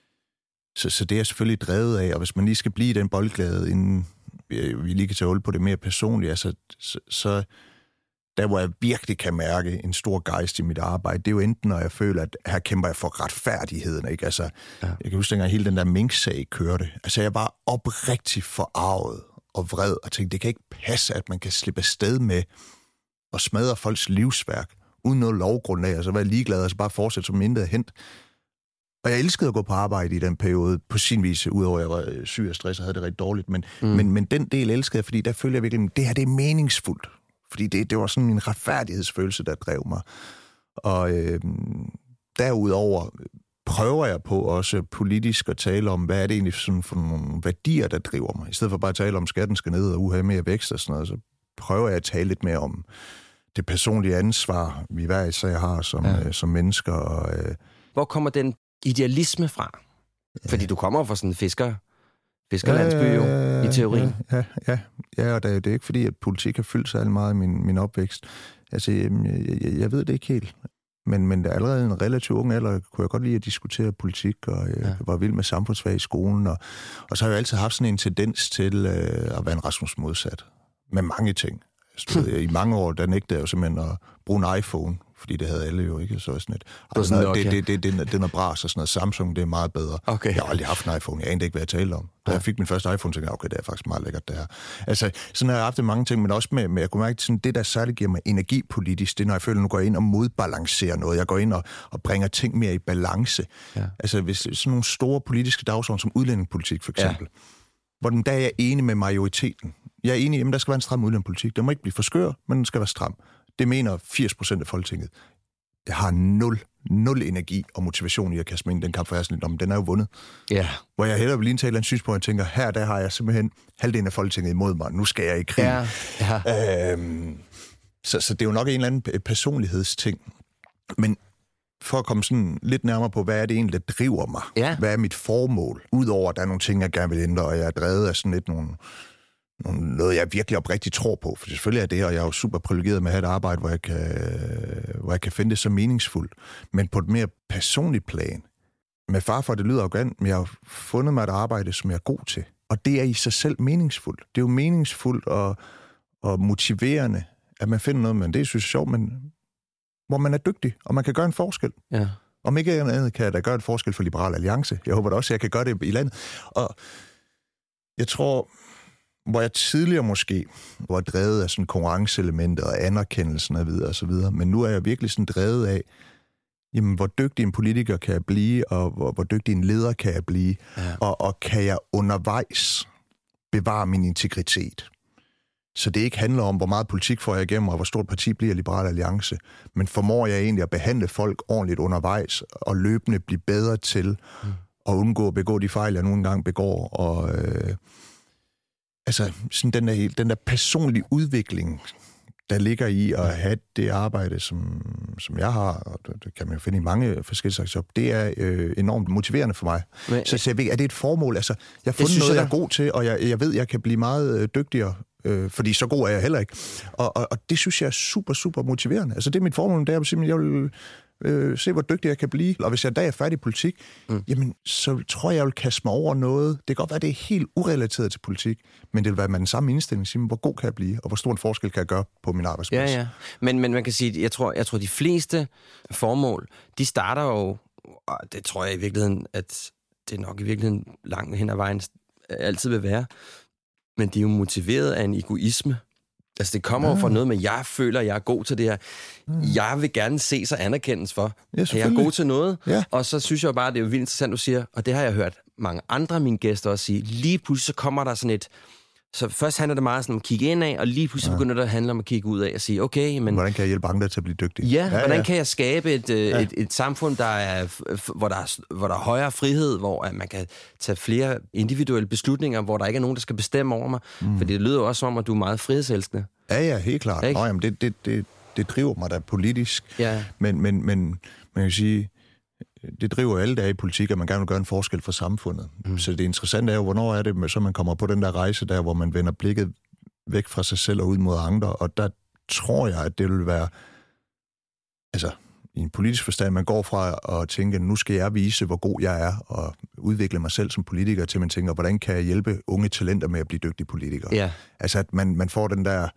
Så, så det er selvfølgelig drevet af, og hvis man lige skal blive i den boldgade, inden vi lige kan tage hul på det mere personligt, altså, så, så der, hvor jeg virkelig kan mærke en stor gejst i mit arbejde, det er jo enten, når jeg føler, at her kæmper jeg for retfærdigheden, ikke? Altså, ja. Jeg kan huske, dengang hele den der Mink-sag kørte. Altså, jeg var oprigtigt forarvet og vred, og tænkte, det kan ikke passe, at man kan slippe afsted med at smadre folks livsværk, uden noget lovgrundlag, og så være ligeglad, og så bare fortsætte som intet er hent. Og jeg elskede at gå på arbejde i den periode, på sin vis, udover at jeg var syg og stress og havde det rigtig dårligt. Men, mm. men, men den del elskede jeg, fordi der følte jeg virkelig, at det her det er meningsfuldt. Fordi det, det var sådan en retfærdighedsfølelse, der drev mig. Og øh, derudover prøver jeg på også politisk at tale om, hvad er det egentlig sådan for nogle værdier, der driver mig. I stedet for bare at tale om, skatten skal ned og uha mere vækst og sådan noget, så prøver jeg at tale lidt mere om det personlige ansvar, vi hver især har som, ja. øh, som mennesker. Og, øh, Hvor kommer den idealisme fra? Ja. Fordi du kommer fra sådan en fisker, fiskerlandsby jo, ja, i teorien. Ja, ja, ja, og det er ikke fordi, at politik har fyldt særlig meget i min, min opvækst. Altså, jeg, jeg, jeg ved det ikke helt. Men, men allerede en relativt ung alder kunne jeg godt lide at diskutere politik, og jeg ja. var vild med samfundsfag i skolen. Og, og så har jeg altid haft sådan en tendens til øh, at være en Rasmus modsat. Med mange ting. Så, I mange år, der nægtede jeg jo simpelthen at bruge en iPhone, fordi det havde alle jo ikke. Så sådan et, det, sådan noget, det, det, det, det, det er noget bras og sådan noget. Samsung, det er meget bedre. Okay. Jeg har aldrig haft en iPhone. Jeg anede ikke, hvad jeg talte om. Da ja. jeg fik min første iPhone, tænkte jeg, okay, det er faktisk meget lækkert, det her. Altså, sådan har jeg haft det mange ting, men også med, med jeg kunne mærke, sådan, det der særligt giver mig energipolitisk, det er, når jeg føler, at nu går jeg ind og modbalancerer noget. Jeg går ind og, og bringer ting mere i balance. Ja. Altså, hvis sådan nogle store politiske dagsordner, som udlændingepolitik for eksempel, ja. hvor den der er jeg enig med majoriteten. Jeg er enig i, at der skal være en stram udlændingepolitik. Den må ikke blive for skør, men den skal være stram. Det mener firs procent af Folketinget. Jeg har nul, nul energi og motivation i at kaste mig ind i den kamp, for jeg er sådan lidt, om den er jo vundet. Yeah. Hvor jeg hellere vil lige tage et eller andet synspunkt, og tænker, her der har jeg simpelthen halvdelen af Folketinget imod mig. Nu skal jeg i krig. Yeah. Yeah. Øhm, så, så det er jo nok en eller anden personlighedsting. Men for at komme sådan lidt nærmere på, hvad er det egentlig, der driver mig? Yeah. Hvad er mit formål? Udover at der er nogle ting, jeg gerne vil ændre, og jeg er drevet af sådan lidt nogle... noget, jeg virkelig oprigtigt tror på, for selvfølgelig er det, og jeg er jo super privilegeret med at have et arbejde, hvor jeg kan, hvor jeg kan finde det så meningsfuldt. Men på et mere personligt plan, med far for, at det lyder arrogant, men jeg har fundet mig et arbejde, som jeg er god til. Og det er i sig selv meningsfuldt. Det er jo meningsfuldt og, og motiverende, at man finder noget, men det synes jeg er sjovt, men hvor man er dygtig, og man kan gøre en forskel. Ja. Om ikke andet kan jeg da gøre en forskel for Liberal Alliance. Jeg håber da også, at jeg kan gøre det i landet. Og jeg tror... hvor jeg tidligere måske var drevet af sådan konkurrenceelementer og anerkendelsen og videre og så videre, men nu er jeg virkelig sådan drevet af, jamen, hvor dygtig en politiker kan jeg blive, og hvor, hvor dygtig en leder kan jeg blive, ja. og, og kan jeg undervejs bevare min integritet. Så det ikke handler om, hvor meget politik får jeg igennem, og hvor stort parti bliver Liberal Alliance, men formår jeg egentlig at behandle folk ordentligt undervejs, og løbende blive bedre til mm. at undgå at begå de fejl, jeg nogle engang begår, og... Øh, Altså, sådan den der, den der personlige udvikling, der ligger i at have det arbejde, som, som jeg har, og det kan man jo finde i mange forskellige slags job, det er øh, enormt motiverende for mig. Men, så, så jeg ved, er det et formål? Altså, jeg har fundet noget, jeg er god til, og jeg, jeg ved, jeg kan blive meget øh, dygtigere, øh, fordi så god er jeg heller ikke. Og, og, og det synes jeg er super, super motiverende. Altså, det er mit formål, det er simpelthen, jeg vil... Øh, se, hvor dygtig jeg kan blive. Og hvis jeg da er færdig i politik, mm. jamen, så tror jeg, jeg vil kaste mig over noget. Det kan godt være, det er helt urelateret til politik, men det vil være med den samme indstilling. Sige, hvor god kan jeg blive, og hvor stor en forskel kan jeg gøre på min arbejdsplads. Ja, ja. Men, men man kan sige, jeg tror, jeg tror, de fleste formål, de starter jo, og det tror jeg i virkeligheden, at det nok i virkeligheden langt hen ad vejen altid vil være, men de er jo motiveret af en egoisme. Altså, det kommer ja. jo fra noget med, jeg føler, jeg er god til det her. Mm. Jeg vil gerne se sig anerkendes for, ja, at jeg er god til noget. Ja. Og så synes jeg jo bare, det er jo vildt interessant, du siger, og det har jeg hørt mange andre af mine gæster også sige, lige pludselig så kommer der sådan et... Så først handler det meget sådan om at kigge ind af, og lige pludselig ja. begynder det at handle om at kigge ud af og sige, okay, men... Hvordan kan jeg hjælpe andre til at blive dygtige? Ja, ja hvordan ja. kan jeg skabe et, ja. et, et samfund, der er, hvor, der er, hvor der er højere frihed, hvor man kan tage flere individuelle beslutninger, hvor der ikke er nogen, der skal bestemme over mig. Mm. For det lyder jo også som om, at du er meget frihedselskende. Ja, ja, helt klart. Nå, jamen, det, det, det, det driver mig da politisk. Ja. Men, men, men man kan sige... Det driver alle dage i politik, at man gerne vil gøre en forskel for samfundet. Mm. Så det interessante er jo, hvornår er det, så man kommer på den der rejse der, hvor man vender blikket væk fra sig selv og ud mod andre, og der tror jeg, at det vil være, altså i en politisk forstand, man går fra at tænke, nu skal jeg vise, hvor god jeg er, og udvikle mig selv som politiker, til man tænker, hvordan kan jeg hjælpe unge talenter med at blive dygtige politikere? Yeah. Altså at man, man får den der...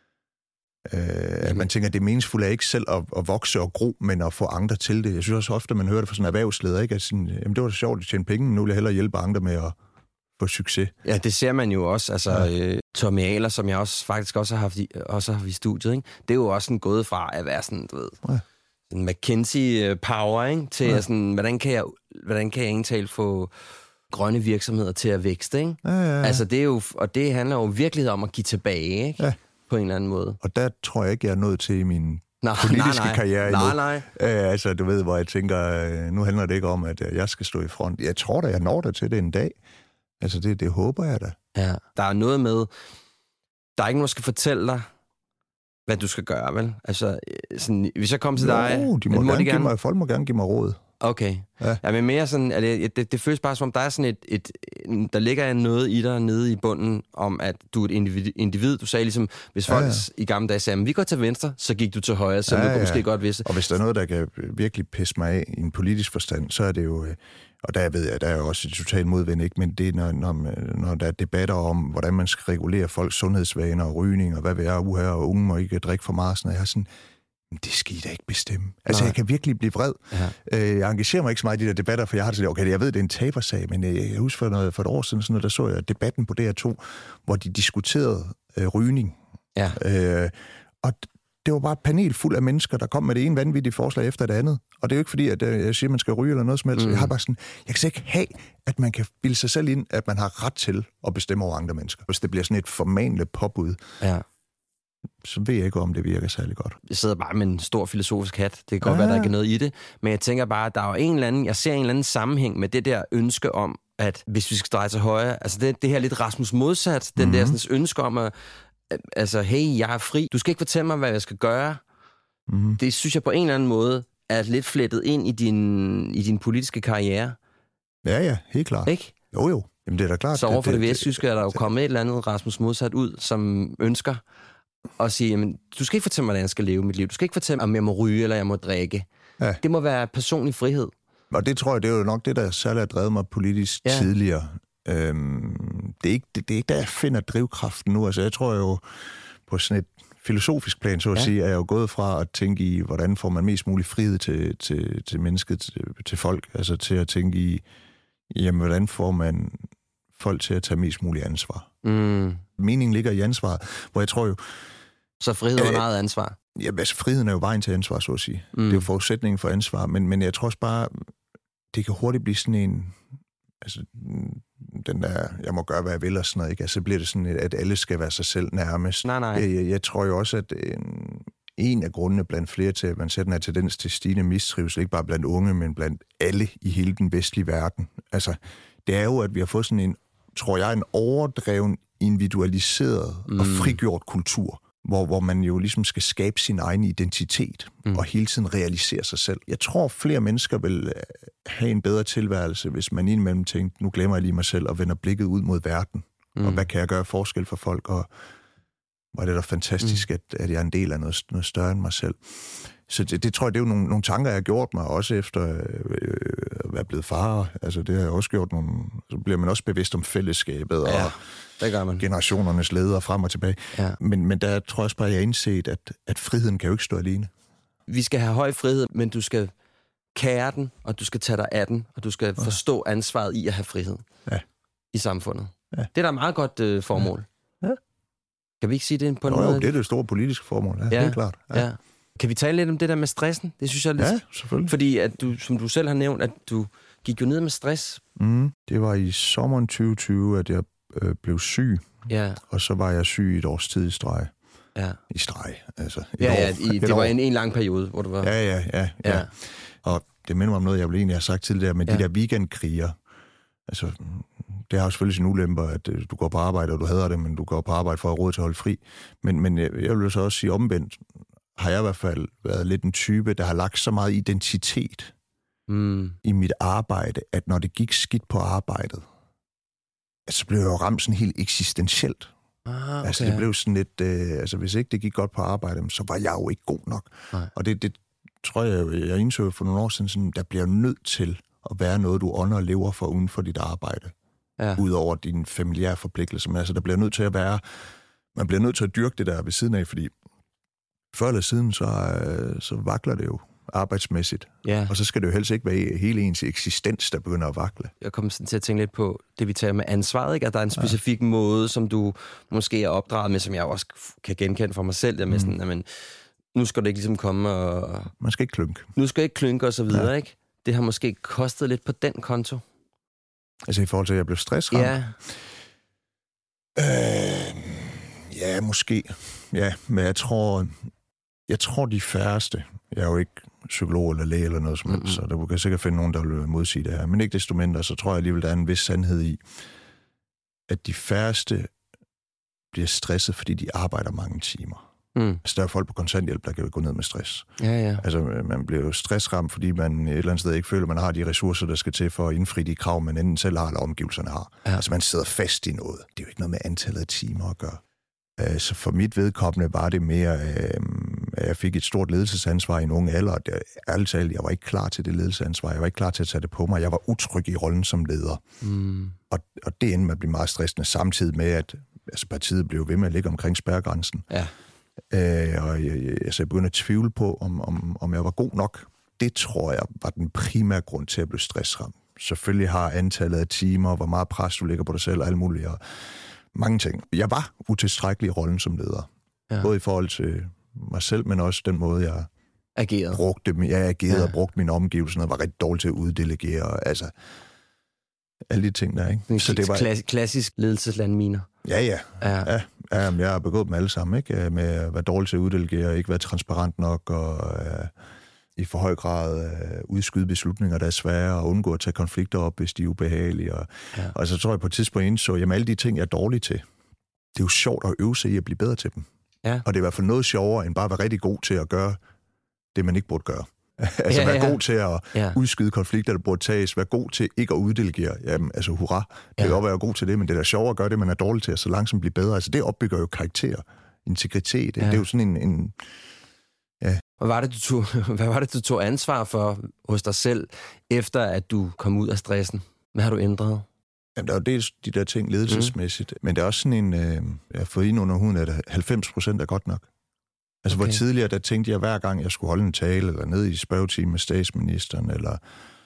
Øh, at man tænker, at det meningsfulde er ikke selv at, at vokse og gro, men at få andre til det. Jeg synes også ofte, man hører det fra sådan en erhvervsleder, ikke? At sådan, jamen det var så sjovt at tjene penge, nu vil jeg hellere hjælpe andre med at få succes. Ja, det ser man jo også. Altså, ja. øh, Tommy Ahler, som jeg også faktisk også har haft i, også har haft i studiet, ikke? Det er jo også sådan gået fra at være sådan, du ved, ja. en McKinsey-power, ikke? Til ja. sådan, hvordan kan jeg, hvordan kan jeg egentlig få grønne virksomheder til at vækste, ikke? Ja, ja, ja. Altså, det er jo, og det handler jo virkelig om at give tilbage, ikke? Ja. På en eller anden måde. Og der tror jeg ikke, jeg er nået til i min nej, politiske nej, nej. karriere endnu. Nej, nej. Øh, altså, du ved, hvor jeg tænker, nu handler det ikke om, at jeg skal stå i front. Jeg tror da, jeg når der til det en dag. Altså, det, det håber jeg da. Ja, der er noget med, der er ikke nogen, der skal fortælle dig, hvad du skal gøre, vel? Altså, sådan, hvis jeg kommer til dig... Jo, de må, må gerne de gerne... Give mig, folk må gerne give mig råd. Okay. Ja. Ja, men mere sådan, at det, det, det føles bare som om, der er sådan et, et, der ligger noget i dig nede i bunden, om at du er et individ. individ. Du sagde ligesom, hvis folk ja, ja. i gamle dage sagde, vi går til venstre, så gik du til højre, så ja, du ja. måske godt vidste. Og hvis der er noget, der kan virkelig pisse mig af i en politisk forstand, så er det jo, og der ved jeg, der er jo også et totalt modvind, ikke? Men det er, når, når, når der er debatter om, hvordan man skal regulere folks sundhedsvaner og rygning, og hvad vil jeg, uha, og unge må ikke drikke for meget, sådan, jeg har sådan, det skal I da ikke bestemme. Altså, Nej. jeg kan virkelig blive vred. Ja. Jeg engagerer mig ikke så meget i de der debatter, for jeg har det sådan, okay, jeg ved, det er en tabersag, men jeg husker for, noget, for et år siden, sådan noget, der så jeg debatten på D R to, hvor de diskuterede øh, rygning. Ja. Øh, og det var bare et panel fuld af mennesker, der kom med det ene vanvittige forslag efter det andet. Og det er jo ikke fordi, at jeg siger, at man skal ryge eller noget som helst. Mm. Jeg har bare sådan, jeg kan ikke have, at man kan bilde sig selv ind, at man har ret til at bestemme over andre mennesker. Hvis det bliver sådan et formanende påbud, ja. så ved jeg ikke, om det virker særlig godt. Jeg sidder bare med en stor filosofisk hat. Det kan godt ja. være, der ikke er noget i det. Men jeg tænker bare, at der er en eller anden, jeg ser en eller anden sammenhæng med det der ønske om, at hvis vi skal dreje til højre, altså det, det her lidt Rasmus modsat, den mm-hmm. der sådan, ønske om at, altså hey, jeg er fri. Du skal ikke fortælle mig, hvad jeg skal gøre. Mm-hmm. Det synes jeg på en eller anden måde er lidt flettet ind i din, i din politiske karriere. Ja, ja, helt klart. Ikke? Jo, jo. Jamen, det er da klart. Så overfor det, det vestjyske er der jo kommet et eller andet Rasmus modsat ud, som ønsker at sige, jamen, du skal ikke fortælle mig, hvordan jeg skal leve mit liv. Du skal ikke fortælle mig, om jeg må ryge eller jeg må drikke. Ja. Det må være personlig frihed. Og det tror jeg, det er jo nok det, der særligt har drevet mig politisk ja. tidligere. Øhm, det, er ikke, det, det er ikke der, jeg finder drivkraften nu. Altså, jeg tror jo på sådan et filosofisk plan, så at ja. sige, er jeg jo gået fra at tænke i, hvordan får man mest mulig frihed til, til, til mennesket, til, til folk. Altså til at tænke i, jamen, hvordan får man folk til at tage mest muligt ansvar. Mm. Meningen ligger i ansvaret, hvor jeg tror jo... Så frihed er eget ansvar? Ja, altså friheden er jo vejen til ansvar, så at sige. Mm. Det er jo forudsætningen for ansvar, men, men jeg tror også bare, det kan hurtigt blive sådan en... Altså, den der, jeg må gøre, hvad jeg vil og sådan noget, ikke? Altså, så bliver det sådan, at alle skal være sig selv nærmest. Nej, nej. Jeg, jeg tror jo også, at en, en af grundene blandt flere til, at man sætter en tendens til stigende mistrivsel, ikke bare blandt unge, men blandt alle i hele den vestlige verden. Altså, det er jo, at vi har fået sådan en, tror jeg, en overdreven, individualiseret mm. og frigjort kultur, hvor, hvor man jo ligesom skal skabe sin egen identitet mm. og hele tiden realisere sig selv. Jeg tror, flere mennesker vil have en bedre tilværelse, hvis man indimellem tænker, nu glemmer jeg lige mig selv og vender blikket ud mod verden. Mm. Og hvad kan jeg gøre forskel for folk? Og hvor er det da fantastisk, mm. at, at jeg er en del af noget, noget større end mig selv. Så det, det tror jeg, det er jo nogle, nogle tanker, jeg har gjort mig, også efter øh, at være blevet far. Altså det har jeg også gjort nogle... Så bliver man også bevidst om fællesskabet ja, og det gør man. Generationernes ledere frem og tilbage. Ja. Men, men der tror jeg også bare, at jeg har indset, at, at friheden kan jo ikke stå alene. Vi skal have høj frihed, men du skal kære den, og du skal tage dig af den, og du skal ja. forstå ansvaret i at have frihed ja. i samfundet. Ja. Det er da et meget godt øh, formål. Ja. Ja. Kan vi ikke sige det på en Nå, måde? Jo, det er det store politiske formål. Ja, ja. Det er klart. Ja. Ja. Kan vi tale lidt om det der med stressen? Det synes jeg er lidt... Ja, selvfølgelig. Fordi, at du, som du selv har nævnt, at du gik jo ned med stress. Mm, det var i sommeren tyve tyve, at jeg øh, blev syg. Ja. Og så var jeg syg et års tid i streg. Ja. I streg, altså. Ja, ja, i, det år. var en, en lang periode, hvor du var... Ja, ja, ja. ja. ja. Og det minder mig om noget, jeg ville egentlig have sagt tidligere, med ja. de der weekendkriger. Altså, det har jo selvfølgelig sin ulemper, at du går på arbejde, og du hader det, men du går på arbejde for at have råd til at holde fri. Men, men jeg vil så også sige omvendt, har jeg i hvert fald været lidt en type, der har lagt så meget identitet mm. i mit arbejde, at når det gik skidt på arbejdet, så blev jeg jo ramt sådan helt eksistentielt. Ah, okay. Altså det blev sådan lidt, øh, altså hvis ikke det gik godt på arbejdet, så var jeg jo ikke god nok. Nej. Og det, det tror jeg, jeg indså for nogle år siden, sådan, der bliver nødt til at være noget, du ånder og lever for uden for dit arbejde. Ja. Udover dine familiære forpligtelser. Men altså der bliver nødt til at være, man bliver nødt til at dyrke det der ved siden af, fordi før eller siden, så, øh, så vakler det jo arbejdsmæssigt. Ja. Og så skal det jo helst ikke være hele ens eksistens, der begynder at vakle. Jeg kommer sådan til at tænke lidt på det, vi taler med ansvaret, ikke? At der er en specifik ja. måde, som du måske er opdraget med, som jeg også kan genkende for mig selv, der med mm. sådan, jamen, nu skal det ikke ligesom komme og... Man skal ikke klynke. Nu skal ikke klynke og så videre, ja. ikke? Det har måske kostet lidt på den konto. Altså i forhold til, at jeg blev stressramt? Ja. Øh, ja, måske. Ja, men jeg tror... Jeg tror, de færreste, jeg er jo ikke psykolog eller læge eller noget som helst, mm-hmm. så der kan sikkert finde nogen, der vil modsige det her. Men ikke desto mindre, så tror jeg alligevel, der er en vis sandhed i, at de færreste bliver stresset, fordi de arbejder mange timer. Mm. Altså, der er folk på kontanthjælp, der kan gå ned med stress. Ja, ja. Altså, man bliver jo stressramt, fordi man et eller andet sted ikke føler, at man har de ressourcer, der skal til for at indfri de krav, man enten selv har, eller omgivelserne har. Ja. Altså, man sidder fast i noget. Det er jo ikke noget med antallet af timer at gøre. Så for mit vedkommende var det mere, at jeg fik et stort ledelsesansvar i en ung alder. Det, ærligt talt, jeg var ikke klar til det ledelsesansvar. Jeg var ikke klar til at tage det på mig. Jeg var utryg i rollen som leder. Mm. Og, og det endte med at blive meget stressende, samtidig med, at altså, partiet blev ved med at ligge omkring spærregrænsen. Ja. Øh, og jeg, jeg, altså, jeg begyndte at tvivle på, om, om, om jeg var god nok. Det tror jeg var den primære grund til at blive stressramt. Selvfølgelig har antallet af timer, hvor meget pres du lægger på dig selv og alt muligt, og mange ting. Jeg var utilstrækkelig i rollen som leder. Ja. Både i forhold til mig selv, men også den måde, jeg agerede. brugte, jeg agerede ja. og brugte mine omgivelser, og var rigtig dårlig til at uddelegere. Altså, alle de ting der, ikke? Så det var klass- klassisk ledelseslandminer. Ja, ja. ja. ja. ja jeg har begået dem alle sammen, ikke? Med at være dårlig til at uddelegere, ikke være transparent nok, og uh, i for høj grad uh, udskyde beslutninger, der er svære, og undgå at tage konflikter op, hvis de er ubehagelige. Og, ja. og så tror jeg på et tidspunkt indså, jamen alle de ting, jeg er dårlig til, det er jo sjovt at øve sig i at blive bedre til dem. Ja. Og det er i hvert fald noget sjovere, end bare at være rigtig god til at gøre det, man ikke burde gøre. altså ja, være ja. god til at ja. udskyde konflikter, der burde tages. Være god til ikke at uddelegere. Jamen, altså hurra. Det ja. kan godt være god til det, men det er da sjovere at gøre det, man er dårlig til, at så langsomt blive bedre. Altså det opbygger jo karakter, integritet. Ja. Det er jo sådan en... en ja. Hvad var det, du tog, hvad var det, du tog ansvar for hos dig selv, efter at du kom ud af stressen? Hvad har du ændret? Jamen, der er jo dels de der ting ledelsesmæssigt, mm. men det er også sådan en... Øh, jeg har fået ind under huden, at halvfems procent er godt nok. Altså, okay. Hvor tidligere, der tænkte jeg, hver gang jeg skulle holde en tale, eller ned i spørgetime med statsministeren, eller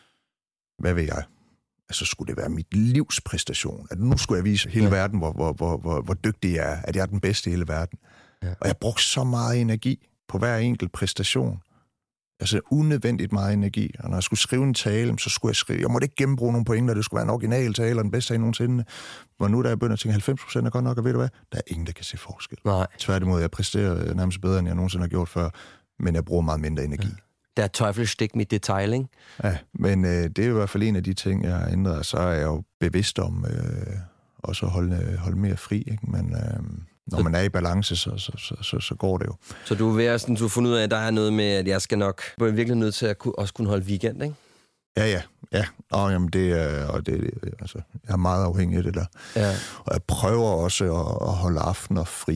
hvad ved jeg, altså skulle det være mit livs præstation. At nu skulle jeg vise hele ja. verden, hvor, hvor, hvor, hvor, hvor dygtig jeg er, at jeg er den bedste i hele verden. Ja. Og jeg brugte så meget energi på hver enkelt præstation. Altså unødvendigt meget energi. Og når jeg skulle skrive en tale, så skulle jeg skrive... Jeg måtte ikke gennembruge nogle pointer, det skulle være en original tale, og den bedste af nogensinde. Hvor nu, der er begyndt at tænke, halvfems procent er godt nok, og ved du hvad? Der er ingen, der kan se forskel. Nej. Tværtimod, jeg præsterer nærmest bedre, end jeg nogensinde har gjort før, men jeg bruger meget mindre energi. Ja. Der er tøjfelstik med detail, ikke? Ja, men øh, det er i hvert fald en af de ting, jeg har ændret, så er jeg jo bevidst om øh, også at holde, holde mere fri, ikke? Men... Øh, Når man er i balance, så, så, så, så, så går det jo. Så du er ved at, sådan, du har fundet ud af, at der er noget med, at jeg skal nok... Du er virkelig nødt til at kunne, også kunne holde weekend, ikke? Ja, ja. ja. Og, jamen, det, og det, altså, jeg er meget afhængig af det der. Ja. Og jeg prøver også at, at holde aftener fri.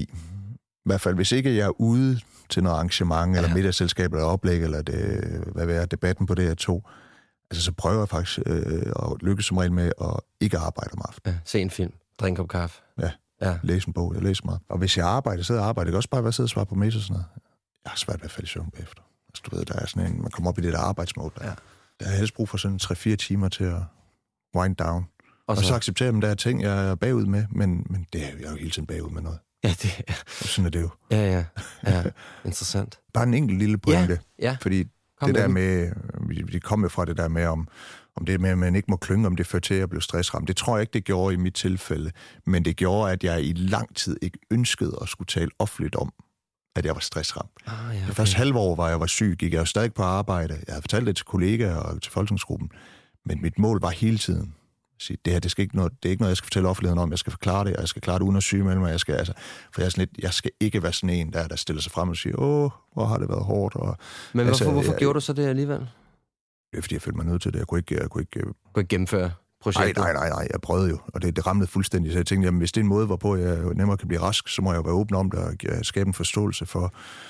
I hvert fald, hvis ikke jeg er ude til noget arrangement, ja. eller middagsselskab, eller oplæg, eller det, hvad ved jeg, debatten på det her to, altså, så prøver jeg faktisk øh, at lykkes som regel med at ikke arbejde om aftenen. Ja, se en film, drink op kaffe. Ja. Ja. Læse en bog, jeg læser meget. Og hvis jeg arbejder, så jeg arbejder, jeg kan også bare være sidde og svare på mails og sådan noget. Jeg har svært ved at falde i søvn bagefter. Altså, du ved, der er sådan en, man kommer op i det der arbejdsmode. Der. Ja. Der er helst brug for sådan tre fire timer til at wind down. Og så, og så accepterer jeg, at der er ting, jeg er bagud med, men, men det er jeg er jo hele tiden bagud med noget. Ja, det er. Og sådan er det jo. Ja, ja. ja. Interessant. Bare en enkelt lille pointe. Ja, ja. Fordi Kom det der med, vi, vi kommer fra det der med, om, om det med, at man ikke må klynge, om det fører til at blive stressramt. Det tror jeg ikke, det gjorde i mit tilfælde. Men det gjorde, at jeg i lang tid ikke ønskede at skulle tale offentligt om, at jeg var stressramt. Ah, ja, okay. Det første halve år, hvor jeg var syg, gik jeg jo stadig på arbejde. Jeg havde fortalt det til kollegaer og til folketingsgruppen. Men mit mål var hele tiden at sige, det her, det, skal ikke noget, det er ikke noget, jeg skal fortælle offentligheden om. Jeg skal forklare det, og jeg skal klare det uden at syge med mig. Jeg skal, altså, for jeg, er sådan lidt, jeg skal ikke være sådan en, der, der stiller sig frem og siger, åh, hvor har det været hårdt. Og, men altså, hvorfor, hvorfor jeg, gjorde du så det alligevel? Det er, fordi jeg følte mig nødt til det. Jeg kunne ikke... Jeg kunne ikke, jeg kunne ikke gennemføre projektet? Nej, nej, nej, nej. Jeg prøvede jo, og det, det ramlede fuldstændig. Så jeg tænkte, jamen, hvis det er en måde, hvorpå jeg nemmere kan blive rask, så må jeg jo være åben om det og skabe en forståelse for,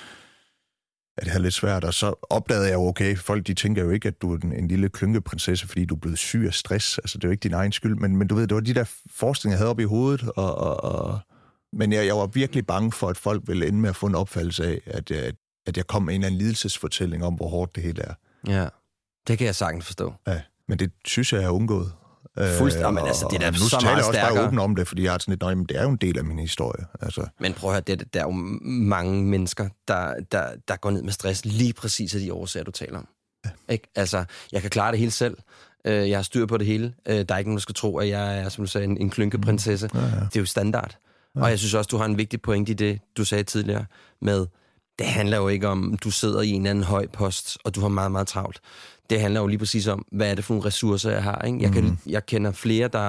at det er lidt svært. Og så opdagede jeg jo, okay, folk de tænker jo ikke, at du er en, en lille klynkeprinsesse, fordi du er blevet syg af stress. Altså, det er jo ikke din egen skyld. Men, men du ved, det var de der forskninger, jeg havde oppe i hovedet. Og, og, og... Men jeg, jeg var virkelig bange for, at folk ville ende med at få en opfattelse af, at, at, at jeg kom med en eller anden lidelsesfortælling om, hvor hårdt det hele er. Ja, det kan jeg sagtens forstå. Ja, men det synes jeg, jeg har undgået. Fuldstændig, men altså, det er da så meget stærkere. Nu taler jeg også bare åbent om det, fordi jeg har sådan lidt, nej, men det er jo en del af min historie. Altså. Men prøv at høre, det, der er jo mange mennesker, der, der, der går ned med stress lige præcis af de årsager, du taler om. Ja. Ikke? Altså, jeg kan klare det hele selv. Jeg har styr på det hele. Der er ikke nogen, der skal tro, at jeg er, som du sagde, en, en klynkeprinsesse. Ja, ja. Det er jo standard. Ja. Og jeg synes også, du har en vigtig pointe i det, du sagde tidligere, med, det handler jo ikke om, du sidder i en anden høj post, og du har meget, meget travlt. Det handler jo lige præcis om, hvad er det for nogle ressourcer, jeg har. Ikke? Jeg, kan, mm. jeg kender flere, der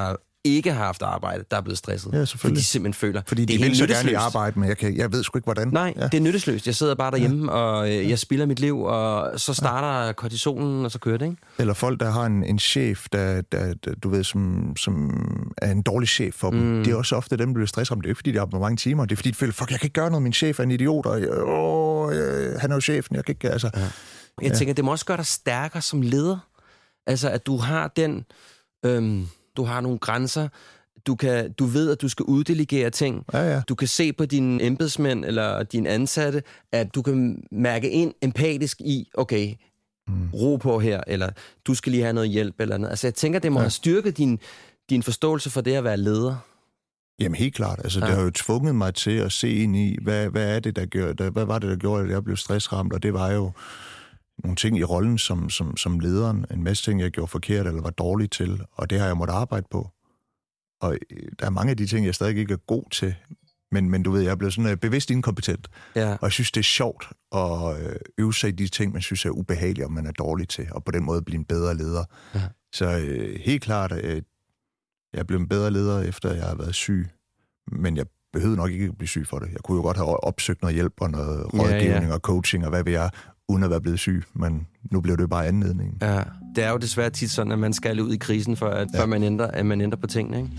ikke har haft arbejde, der er blevet stresset. Ja, selvfølgelig. Fordi de simpelthen føler, fordi de det er vil så nyttesløst. gerne i arbejde, men jeg, kan, jeg ved sgu ikke, hvordan. Nej, ja. Det er nyttesløst. Jeg sidder bare derhjemme, ja. og øh, jeg spilder mit liv, og så starter ja. kortisolen, og så kører det, ikke? Eller folk, der har en, en chef, der, der, der, du ved, som, som er en dårlig chef for dem. Mm. Det er også ofte dem, der bliver stressramt. Det er ikke, fordi de har på mange timer. Det er, fordi de føler, fuck, jeg kan ikke gøre noget. Min chef er en idiot, og åh, han er jo chefen. Jeg kan ikke, altså... Ja. Jeg tænker, det må også gøre dig stærkere som leder. Altså, at du har den... Øhm, du har nogle grænser. Du, kan, du ved, at du skal uddelegere ting. Ja, ja. Du kan se på dine embedsmænd eller dine ansatte, at du kan mærke ind empatisk i, okay, mm. ro på her, eller du skal lige have noget hjælp, eller noget. Altså, jeg tænker, det må ja. have styrket din, din forståelse for det at være leder. Jamen helt klart. Altså, ja. Det har jo tvunget mig til at se ind i, hvad, hvad, er det, der gør, der, hvad var det, der gjorde, at jeg blev stressramt, og det var jo nogle ting i rollen som, som, som lederen, en masse ting, jeg gjorde forkert eller var dårlig til, og det har jeg måttet arbejde på. Og der er mange af de ting, jeg stadig ikke er god til, men, men du ved, jeg er blevet sådan bevidst inkompetent, ja. og jeg synes, det er sjovt at øve sig i de ting, man synes er ubehagelige, og man er dårlig til, og på den måde blive en bedre leder. Ja. Så øh, helt klart, øh, jeg er blevet en bedre leder, efter jeg har været syg, men jeg behøvede nok ikke at blive syg for det. Jeg kunne jo godt have opsøgt noget hjælp og noget rådgivning ja, ja. og coaching, og hvad ved jeg, uden at være blevet syg, men nu bliver det jo bare anledningen. Ja, det er jo desværre tit sådan, at man skal ud i krisen, for at, ja. før man ændrer, at man ændrer på tingene, ikke? Ja.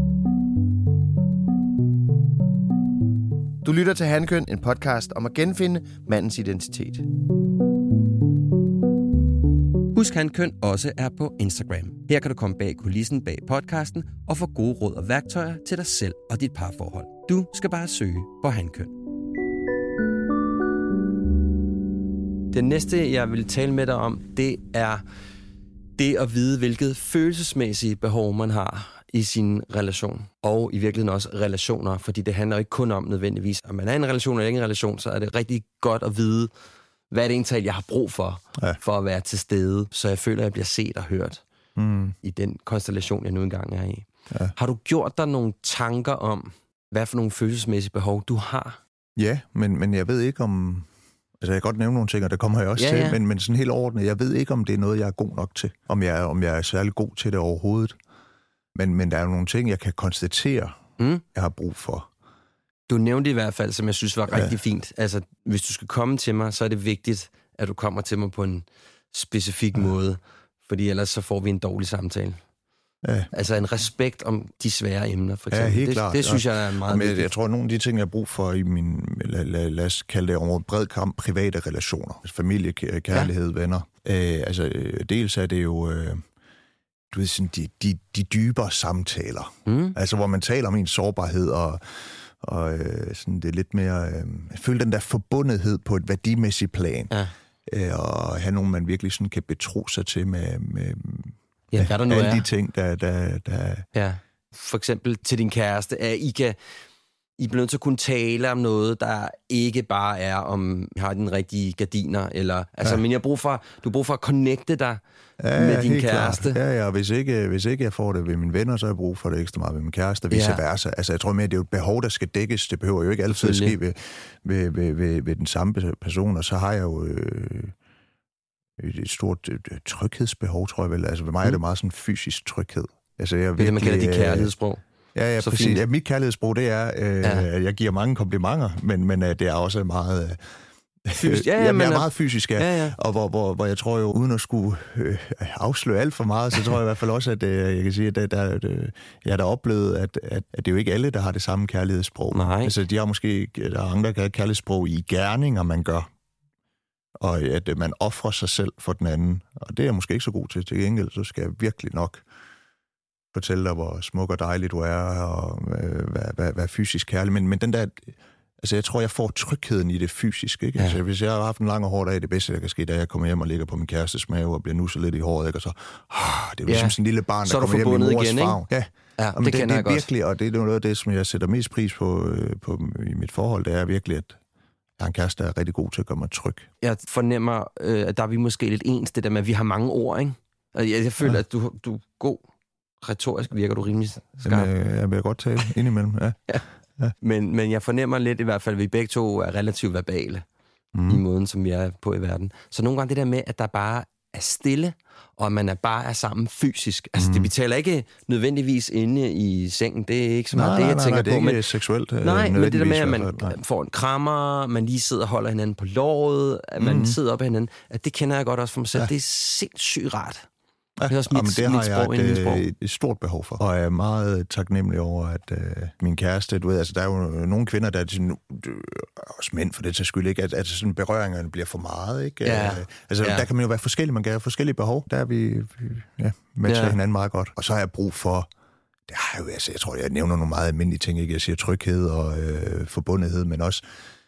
Du lytter til Hankøn, en podcast om at genfinde mandens identitet. Husk, Hankøn også er på Instagram. Her kan du komme bag kulissen bag podcasten og få gode råd og værktøjer til dig selv og dit parforhold. Du skal bare søge på Hankøn. Det næste, jeg vil tale med dig om, det er det at vide, hvilket følelsesmæssige behov man har i sin relation. Og i virkeligheden også relationer, fordi det handler ikke kun om nødvendigvis, om man er i en relation eller ikke en relation, så er det rigtig godt at vide, hvad er det egentlig, jeg har brug for, ja. for at være til stede, så jeg føler, at jeg bliver set og hørt mm. i den konstellation, jeg nu engang er i. Ja. Har du gjort dig nogle tanker om, hvad for nogle følelsesmæssige behov du har? Ja, men, men jeg ved ikke om... Altså, jeg kan godt nævne nogle ting, og det kommer jeg også ja, til, ja. Men, men sådan helt overordnet, jeg ved ikke, om det er noget, jeg er god nok til. Om jeg, om jeg er særlig god til det overhovedet. Men, men der er jo nogle ting, jeg kan konstatere, mm. jeg har brug for. Du nævnte i hvert fald, som jeg synes var rigtig ja. fint. Altså, hvis du skal komme til mig, så er det vigtigt, at du kommer til mig på en specifik ja. måde. Fordi ellers så får vi en dårlig samtale. Ja. Altså en respekt om de svære emner, for eksempel. Ja, helt det, klart. Det synes jeg er meget men, vigtigt. Jeg tror, at nogle af de ting, jeg har brug for i min, lad, lad, lad os kalde det over bred kamp, private relationer. Familie, kærlighed, ja. venner. Øh, altså, dels er det jo... Øh, du ved, sådan de, de, de dybere samtaler. Mm. Altså, hvor man taler om ens sårbarhed, og, og øh, sådan det er lidt mere... Øh, føle den der forbundethed på et værdimæssigt plan. Ja. Øh, og have nogen, man virkelig sådan kan betro sig til med... med ja, hvad der nu alle er. de ting, der... der, der ja. For eksempel til din kæreste, at I kan... I bliver nødt til at kunne tale om noget, der ikke bare er, om I har den rigtige gardiner, eller... Altså, ja. men jeg har brug for, du har brug for at connecte dig ja, med din kæreste. Klart. Ja, ja, hvis ikke, hvis ikke jeg får det ved mine venner, så har jeg brug for det ekstra meget ved min kæreste, og vice ja. versa. Altså, jeg tror mere, det er jo et behov, der skal dækkes. Det behøver jo ikke altid at ske ved, ved, ved, ved, ved den samme person, og så har jeg jo... Øh, et stort øh, tryghedsbehov, tror jeg vel. Altså, ved mig mm. er det meget sådan fysisk tryghed. Altså, jeg det er virkelig, det, man kalder dit kærlighedssprog. Ja, ja, præcis. Ja, mit kærlighedssprog, det er, øh, ja. at jeg giver mange komplimenter, men, men det er også meget... Øh, fysisk, ja, ja, ja, men er meget fysisk, ja. ja, ja. Og hvor, hvor, hvor jeg tror jo, uden at skulle øh, afsløre alt for meget, så tror jeg i hvert fald også, at øh, jeg kan sige, at der, der, der, jeg har da oplevet, at, at, at det er jo ikke alle, der har det samme kærlighedssprog. Nej. Altså, de har måske, der er andre, der har kærlighedssprog i gerninger, man gør. Og at man offrer sig selv for den anden. Og det er jeg måske ikke så god til. Til gengæld, så skal jeg virkelig nok fortælle dig, hvor smuk og dejlig du er, og øh, hvad, hvad, hvad fysisk kærlig. Men, men den der... Altså, jeg tror, jeg får trygheden i det fysiske, ikke? Ja. Altså, hvis jeg har haft en lang og hård dag, det bedste, der kan ske, da jeg kommer hjem og ligger på min kærestes mave og bliver nusset lidt i håret, ikke? Og så... Ah, det er jo ja. ligesom sådan en lille barn, der kommer hjem i mors igen, favn. Ja, ja det, det, det, det er virkelig, godt. Og det er noget af det, som jeg sætter mest pris på, på i mit forhold, det er virkelig, at jeg har en kæreste, der er rigtig god til at gøre mig tryg. Jeg fornemmer, øh, at der er vi måske lidt ens, det der med, at vi har mange ord, ikke? Og jeg, jeg føler, ja. at du, du er god. Retorisk virker du rimelig skarp. Jamen, jeg vil godt tale indimellem, ja. ja. Ja. Men, men jeg fornemmer lidt i hvert fald, at vi begge to er relativt verbale mm. i måden, som vi er på i verden. Så nogle gange det der med, at der bare er stille, og at man er bare er sammen fysisk. Altså, mm. det betaler ikke nødvendigvis inde i sengen. Det er ikke så meget nej, det, jeg nej, tænker nej, det er på. ikke Men, seksuelt. nej, men det der med, at man nej. får en krammer, man lige sidder og holder hinanden på låret, at man mm. sidder op ad hinanden, at det kender jeg godt også for mig selv. Ja. Det er sindssygt rart. Ja, det er også mit, jamen, det har sprog, jeg et, sprog. et, et stort behov for. Og jeg er meget taknemmelig over, at øh, min kæreste, du ved, altså der er jo nogle kvinder, der er sådan, også mænd for det til skyld, ikke? At, at sådan berøringerne bliver for meget, ikke? Ja. Øh, altså ja. Der kan man jo være forskellige, man kan have forskellige behov. Der er vi, vi ja, matcher ja. hinanden meget godt. Og så har jeg brug for, det har jeg jo, altså, jeg tror, jeg nævner nogle meget almindelige ting, ikke? Jeg siger tryghed og øh, forbundethed, men også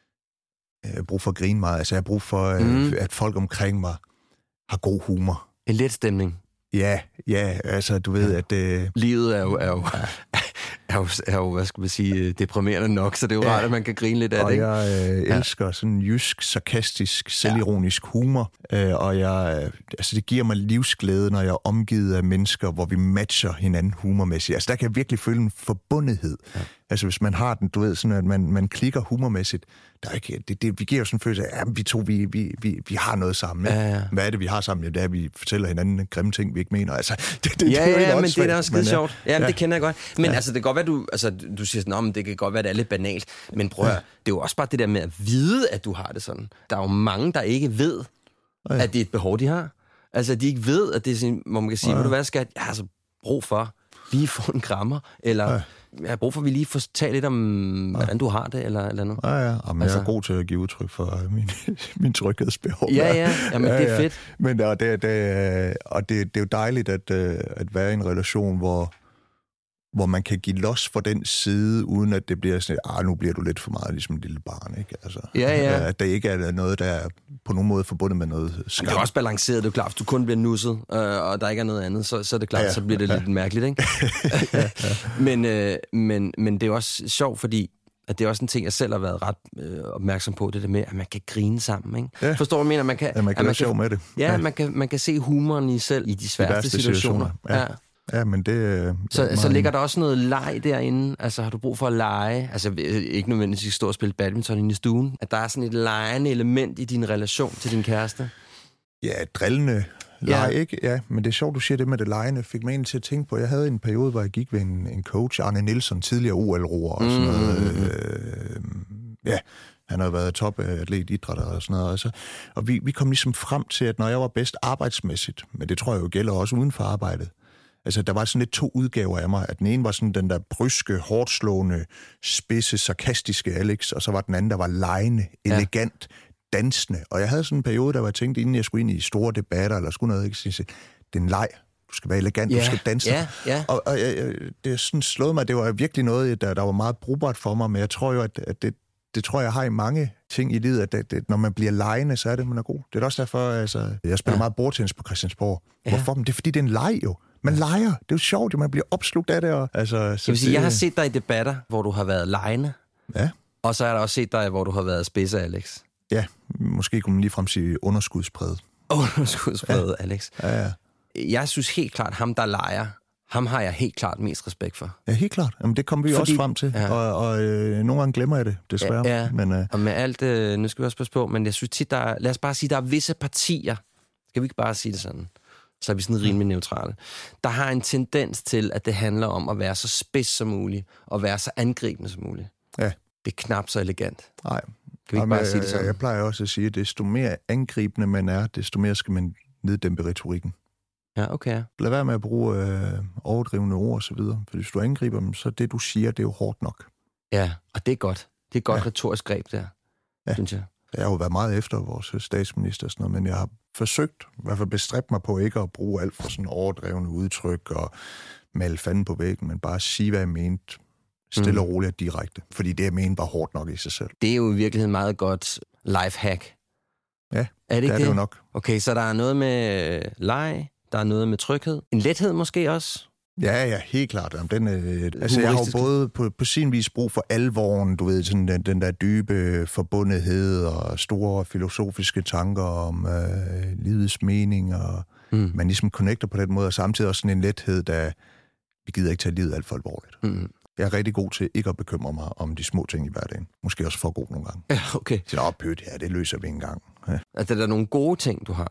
øh, brug for at grine meget. Altså jeg har brug for, øh, mm. at folk omkring mig har god humor. En let stemning. Ja, ja, altså du ved, ja. at... Øh... Livet er jo, er, jo, er, jo, er jo, hvad skal man sige, deprimerende nok, så det er jo ja. rart, at man kan grine lidt af og det, ikke? Og jeg øh, elsker ja. sådan jysk, sarkastisk, selvironisk humor, øh, og jeg, altså det giver mig livsglæde, når jeg er omgivet af mennesker, hvor vi matcher hinanden humormæssigt. Altså der kan jeg virkelig føle en forbundethed. Ja. Altså hvis man har den, du ved, sådan at man, man klikker humormæssigt, der er ikke, det, det, vi giver jo sådan en følelse af, at vi to, vi, vi, vi, vi har noget sammen. Ja, ja. Hvad er det, vi har sammen? Ja, det er, at vi fortæller hinanden grimme ting, vi ikke mener. Altså, det, det, ja, det er jo ja, men også det er da også skide sjovt. Ja, men ja. det kender jeg godt. Men ja. altså, det kan godt være, du, altså, du siger sådan, men det kan godt være, det er lidt banalt. Men prøv at, ja. det er jo også bare det der med at vide, at du har det sådan. Der er jo mange, der ikke ved, ja. at det er et behov, de har. Altså, de ikke ved, at det er sådan, hvor man kan sige, ja. ved du hvad, skat, jeg har altså brug for lige få en krammer, eller... Ja. Jeg har brug for, at vi lige får talt lidt om, ja. hvordan du har det, eller, eller noget. Ja, ja. Jamen, altså, jeg er god til at give udtryk for min, min tryghedsbehov. Ja, ja. Jamen, ja, det er fedt. Ja. Men og det, det, og det, det er jo dejligt at, at være i en relation, hvor, hvor man kan give los for den side, uden at det bliver sådan, ah, nu bliver du lidt for meget ligesom et lille barn, ikke? Altså, ja, ja. At det ikke er noget, der er på nogen måde forbundet med noget skam. Det er også balanceret, det er klart. Hvis du kun bliver nusset, øh, og der ikke er noget andet, så, så er det klart, ja, så bliver det ja. lidt mærkeligt, ikke? ja, ja. men, øh, men, men det er også sjovt, fordi at det er også en ting, jeg selv har været ret øh, opmærksom på, det der med, at man kan grine sammen, ikke? Ja. Forstår du, mener? Man kan, ja, man kan være sjov med det. Ja, ja. Man, kan, man kan se humoren i selv i de sværeste de situationer. situationer. Ja. Ja. Ja, men det... det så, meget... så ligger der også noget leg derinde? Altså, har du brug for at lege? Altså, ikke nødvendigvis at stå og spille badminton inde i stuen. At der er sådan et legende element i din relation til din kæreste? Ja, drillende leg, ja. ikke? Ja, men det er sjovt, du siger det med det legende. Fik mig egentlig til at tænke på, jeg havde en periode, hvor jeg gik ved en, en coach, Arne Nielsen, tidligere O L-roer og sådan noget. Mm-hmm. Øh, ja, han har været topatlet, idrætter og sådan noget. Og, så, og vi, vi kom ligesom frem til, at når jeg var bedst arbejdsmæssigt, men det tror jeg jo gælder også uden for arbejdet, altså, der var sådan lidt to udgaver af mig. At den ene var sådan den der bryske, hårdslående, spidse, sarkastiske Alex, og så var den anden, der var legende, elegant, ja. dansende. Og jeg havde sådan en periode, der var tænkt, inden jeg skulle ind i store debatter, eller skulle noget, ikke sige, det er en leg. Du skal være elegant, yeah. du skal danse. Yeah. Yeah. Og, og jeg, det sådan slået mig, det var virkelig noget, der, der var meget brugbart for mig, men jeg tror jo, at, at det, det tror jeg har i mange ting i livet, at det, det, når man bliver legende, så er det, man er god. Det er også derfor, altså, jeg spiller ja. meget bordtennis på Christiansborg. Ja. Hvorfor? Men det er fordi, det er en leg jo. Man leger. Det er jo sjovt, man bliver opslugt af det. Og, altså, så jeg, vil sige, det... jeg har set dig i debatter, hvor du har været legende. Ja. Og så er der også set dig, hvor du har været spidse, Alex. Ja, måske kunne man ligefrem sige underskudspræget. Underskudspræget, ja. Alex. Ja, ja. Jeg synes helt klart, ham der leger, ham har jeg helt klart mest respekt for. Ja, helt klart. Jamen, det kommer vi Fordi, også frem til. Ja. Og, og øh, nogle gange glemmer jeg det, desværre. Ja, ja. Men, øh... og med alt, øh, nu skal vi også passe på, men jeg synes tit, der er, lad os bare sige, der er visse partier, skal vi ikke bare sige det sådan, så er vi sådan rimelig neutrale, der har en tendens til, at det handler om at være så spids som muligt, og være så angribende som muligt. Ja. Det er knap så elegant. Nej. Kan vi ikke bare jeg, sige det sådan? Jeg, jeg plejer også at sige, at desto mere angribende man er, desto mere skal man neddæmpe retorikken. Ja, okay. Lad være med at bruge øh, overdrivende ord og så videre. For hvis du angriber dem, så det, du siger, det er jo hårdt nok. Ja, og det er godt. Det er et godt ja. retorisk greb der, ja. synes jeg. Jeg har jo været meget efter vores statsminister og sådan noget, men jeg har forsøgt, i hvert fald bestræbt mig på ikke at bruge alt for sådan overdrevne udtryk og male fanden på væggen, men bare sige, hvad jeg mente, stille og roligt og direkte. Fordi det, jeg mente, var hårdt nok i sig selv. Det er jo i virkeligheden meget godt lifehack. Ja, er det, ikke det er det jo nok. Okay, så der er noget med leg, der er noget med tryghed. En lethed måske også? Ja, ja, helt klart. Den, øh, altså, jeg har jo både på, på sin vis brug for alvoren, du ved, sådan den, den der dybe forbundethed og store filosofiske tanker om øh, livets mening, og mm. man ligesom connecter på den måde, og samtidig også sådan en lethed, der vi gider ikke tage livet alt for alvorligt. Mm. Jeg er rigtig god til ikke at bekymre mig om de små ting i hverdagen. Måske også for god nogle gange. Ja, okay. Så op, ja, det løser vi en gang. Ja. Altså, der er nogle gode ting, du har.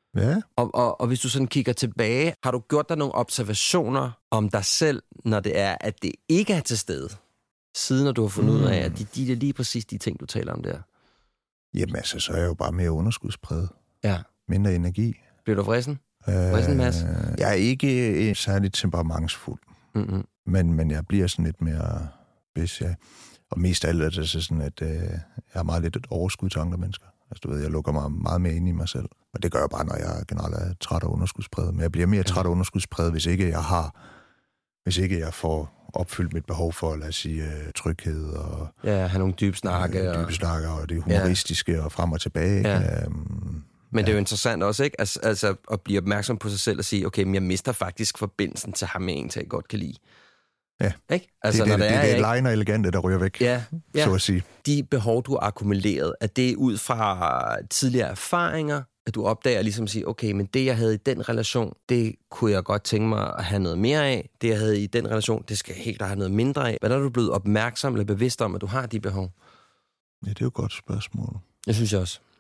Ja. Og, og, og hvis du sådan kigger tilbage, har du gjort dig nogle observationer om dig selv, når det er, at det ikke er til stede? Siden når du har fundet mm. ud af, at de, de er lige præcis de ting, du taler om der. Jamen altså, så er jeg jo bare mere underskudspræget. Ja. Mindre energi. Bliver du vrissen? Vrissen, Mads? Øh, jeg er ikke særligt temperamentsfuld. Mm-hmm. Men, men jeg bliver sådan lidt mere, hvis jeg... Og mest af alt er det så sådan, at øh, jeg har meget lidt et overskud til andre mennesker. Altså du ved, jeg lukker mig meget mere ind i mig selv. Og det gør jeg bare, når jeg generelt er træt og underskudspræget. Men jeg bliver mere træt og underskudspræget, hvis ikke jeg har... Hvis ikke jeg får opfyldt mit behov for, lad os sige, øh, tryghed og... Ja, have nogle dybe snakke. Øh, dybe snakke og det humoristiske ja. og frem og tilbage. Ja. Um, Men det er jo interessant også, ikke? Altså, altså at blive opmærksom på sig selv og sige, okay, men jeg mister faktisk forbindelsen til ham, jeg egentlig godt kan lide. Ja, ikke? Altså, det, det, når det, det, det er det det line og elegante, der ryger væk, ja, ja. så at sige. De behov, du har akkumuleret, er det ud fra tidligere erfaringer, at du opdager ligesom at sige, okay, men det, jeg havde i den relation, det kunne jeg godt tænke mig at have noget mere af. Det, jeg havde i den relation, det skal jeg helt klart have noget mindre af. Hvordan er du blevet opmærksom eller bevidst om, at du har de behov? Ja, det er jo et godt spørgsmål. Det synes jeg også.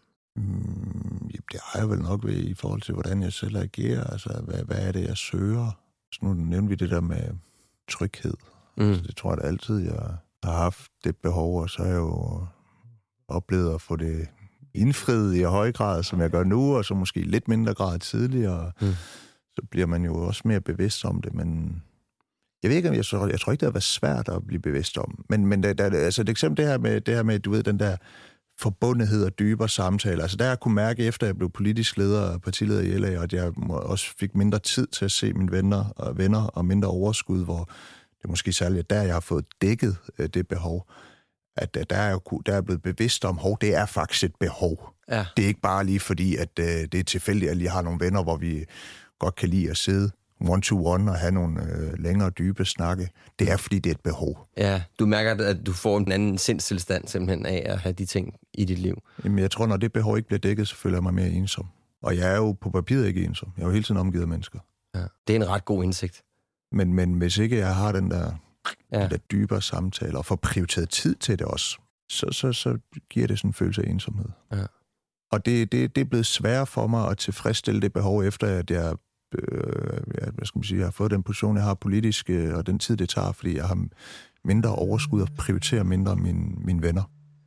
Mm, det har jeg vel nok ved i forhold til, hvordan jeg selv agerer. Altså, hvad, hvad er det, jeg søger? Så nu nævnte vi det der med tryghed. Mm. Altså, det tror jeg da altid, jeg har haft det behov, og så har jeg jo oplevet at få det indfriet i høj grad, som jeg gør nu, og så måske lidt mindre grad tidligere. Mm. Så bliver man jo også mere bevidst om det, men jeg ved ikke, om jeg, så, jeg tror ikke, det har været svært at blive bevidst om. Men, men der, der, altså et eksempel det her med, det her med, du ved, den der forbundethed og dybere samtaler. Altså der jeg kunne mærke, efter jeg blev politisk leder og partileder i L A, og at jeg også fik mindre tid til at se mine venner og venner og mindre overskud, hvor det er måske særligt der, jeg har fået dækket øh, det behov, at der er jeg der er blevet bevidst om, hov, det er faktisk et behov. Ja. Det er ikke bare lige fordi, at øh, det er tilfældigt, at jeg lige har nogle venner, hvor vi godt kan lide at sidde one-to-one og have nogle øh, længere dybe snakke. Det er fordi, det er et behov. Ja, du mærker, at du får en anden sindstilstand simpelthen af at have de ting i dit liv. Jamen, jeg tror, når det behov ikke bliver dækket, så føler jeg mig mere ensom. Og jeg er jo på papiret ikke ensom. Jeg er jo hele tiden omgivet af mennesker. Ja, det er en ret god indsigt. Men, men hvis ikke jeg har den der, ja. den der dybere samtale, og får prioriteret tid til det også, så, så, så giver det sådan en følelse af ensomhed. Ja. Og det, det, det er blevet sværere for mig at tilfredsstille det behov, efter at jeg, øh, hvad skal man sige, jeg har fået den position, jeg har politisk, øh, og den tid, det tager, fordi jeg har mindre overskud og prioriterer mindre mine, mine venner.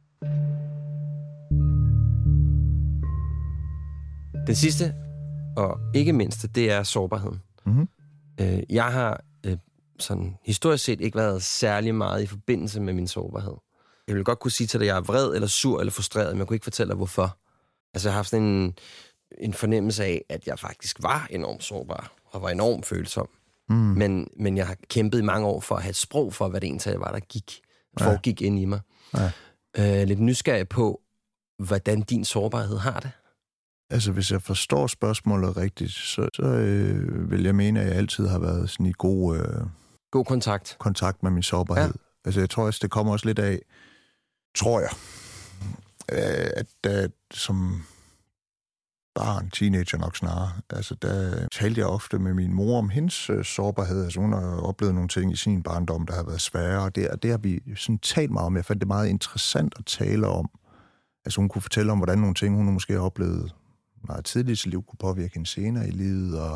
Den sidste, og ikke mindste, det er sårbarheden. Mm-hmm. Øh, jeg har øh, sådan historisk set ikke været særlig meget i forbindelse med min sårbarhed. Jeg ville godt kunne sige til dig, at jeg er vred eller sur eller frustreret, men jeg kunne ikke fortælle dig, hvorfor. Altså, jeg har haft sådan en, en fornemmelse af, at jeg faktisk var enormt sårbar og var enormt følsom. Mm. Men, men jeg har kæmpet i mange år for at have et sprog for, hvad det egentlig var, der gik, foregik ja. ind i mig. Ja. Øh, lidt nysgerrig på, hvordan din sårbarhed har det. Altså, hvis jeg forstår spørgsmålet rigtigt, så, så øh, vil jeg mene, at jeg altid har været sådan i god... Øh, god kontakt. Kontakt med min sårbarhed. Ja. Altså, jeg tror også, det kommer også lidt af, tror jeg, øh, at der som barn, teenager nok snarere, altså, der talte jeg ofte med min mor om hendes øh, sårbarhed. Altså, hun har oplevet nogle ting i sin barndom, der har været svære, og det, og det har vi sådan talt meget om. Jeg fandt det meget interessant at tale om. Altså, hun kunne fortælle om, hvordan nogle ting, hun måske har oplevet meget tidligt i sit liv, kunne påvirke hende senere i livet, og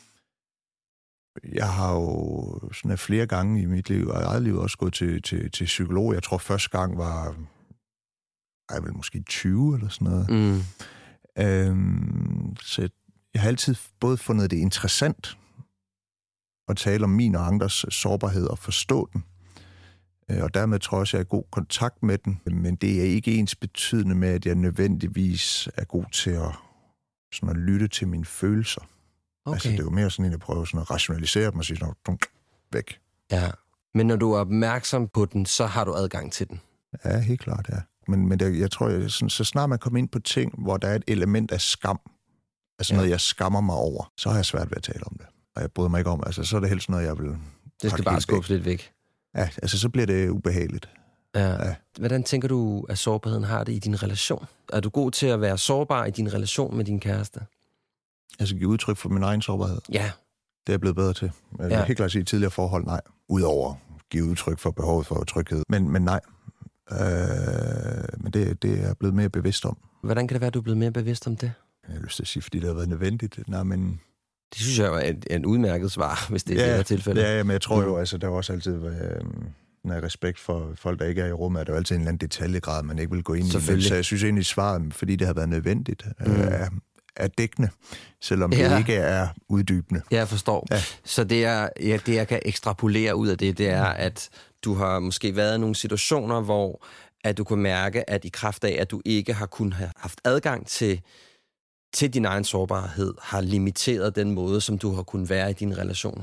jeg har jo sådan flere gange i mit liv, og eget liv også gået til, til, til psykolog. Jeg tror, første gang var, jeg vel måske tyve eller sådan noget. Mm. Øhm, så jeg har altid både fundet det interessant at tale om min og andres sårbarhed og forstå den. Og dermed tror jeg også, at jeg er i god kontakt med den. Men det er ikke ens betydende med, at jeg nødvendigvis er god til at, sådan at lytte til mine følelser. Okay. Altså, det er jo mere sådan en, at prøve sådan at rationalisere dem og sige sådan noget, væk. Ja, men når du er opmærksom på den, så har du adgang til den. Ja, helt klart, ja. Men, men det, jeg tror, jeg, sådan, så snart man kommer ind på ting, hvor der er et element af skam, altså ja. noget, jeg skammer mig over, så har jeg svært ved at tale om det. Og jeg bryder mig ikke om, altså så er det helst noget, jeg vil... Det skal bare skubbes lidt væk. Ja, altså så bliver det ubehageligt. Ja. Ja. Hvordan tænker du, at sårbarheden har det i din relation? Er du god til at være sårbar i din relation med din kæreste? Altså give udtryk for min egen sårbarhed? Ja. Det er jeg blevet bedre til. Jeg ja. helt klart sige, i tidligere forhold, nej. Udover give udtryk for behovet for tryghed. Men, men nej. Øh, men det, det er jeg blevet mere bevidst om. Hvordan kan det være, at du er blevet mere bevidst om det? Jeg har lyst til at sige, fordi det har været nødvendigt. Nej, men... Det synes jeg er et, et udmærket svar, hvis det er ja, det her tilfælde. Ja, men jeg tror jo, altså, der er også altid øh, noget respekt for folk, der ikke er i rummet, at der er altid en eller anden detaljegrad, man ikke vil gå ind i. Så jeg synes egentlig, svaret, fordi det har været nødvendigt, mm. øh, er, er dækkende, selvom ja. det ikke er uddybende. Jeg forstår. Ja. Så det, er, ja, det, jeg kan ekstrapolere ud af det, det er, at du har måske været i nogle situationer, hvor at du kunne mærke, at i kraft af, at du ikke har kun have haft adgang til til din egen sårbarhed, har limiteret den måde, som du har kunnet være i dine relationer?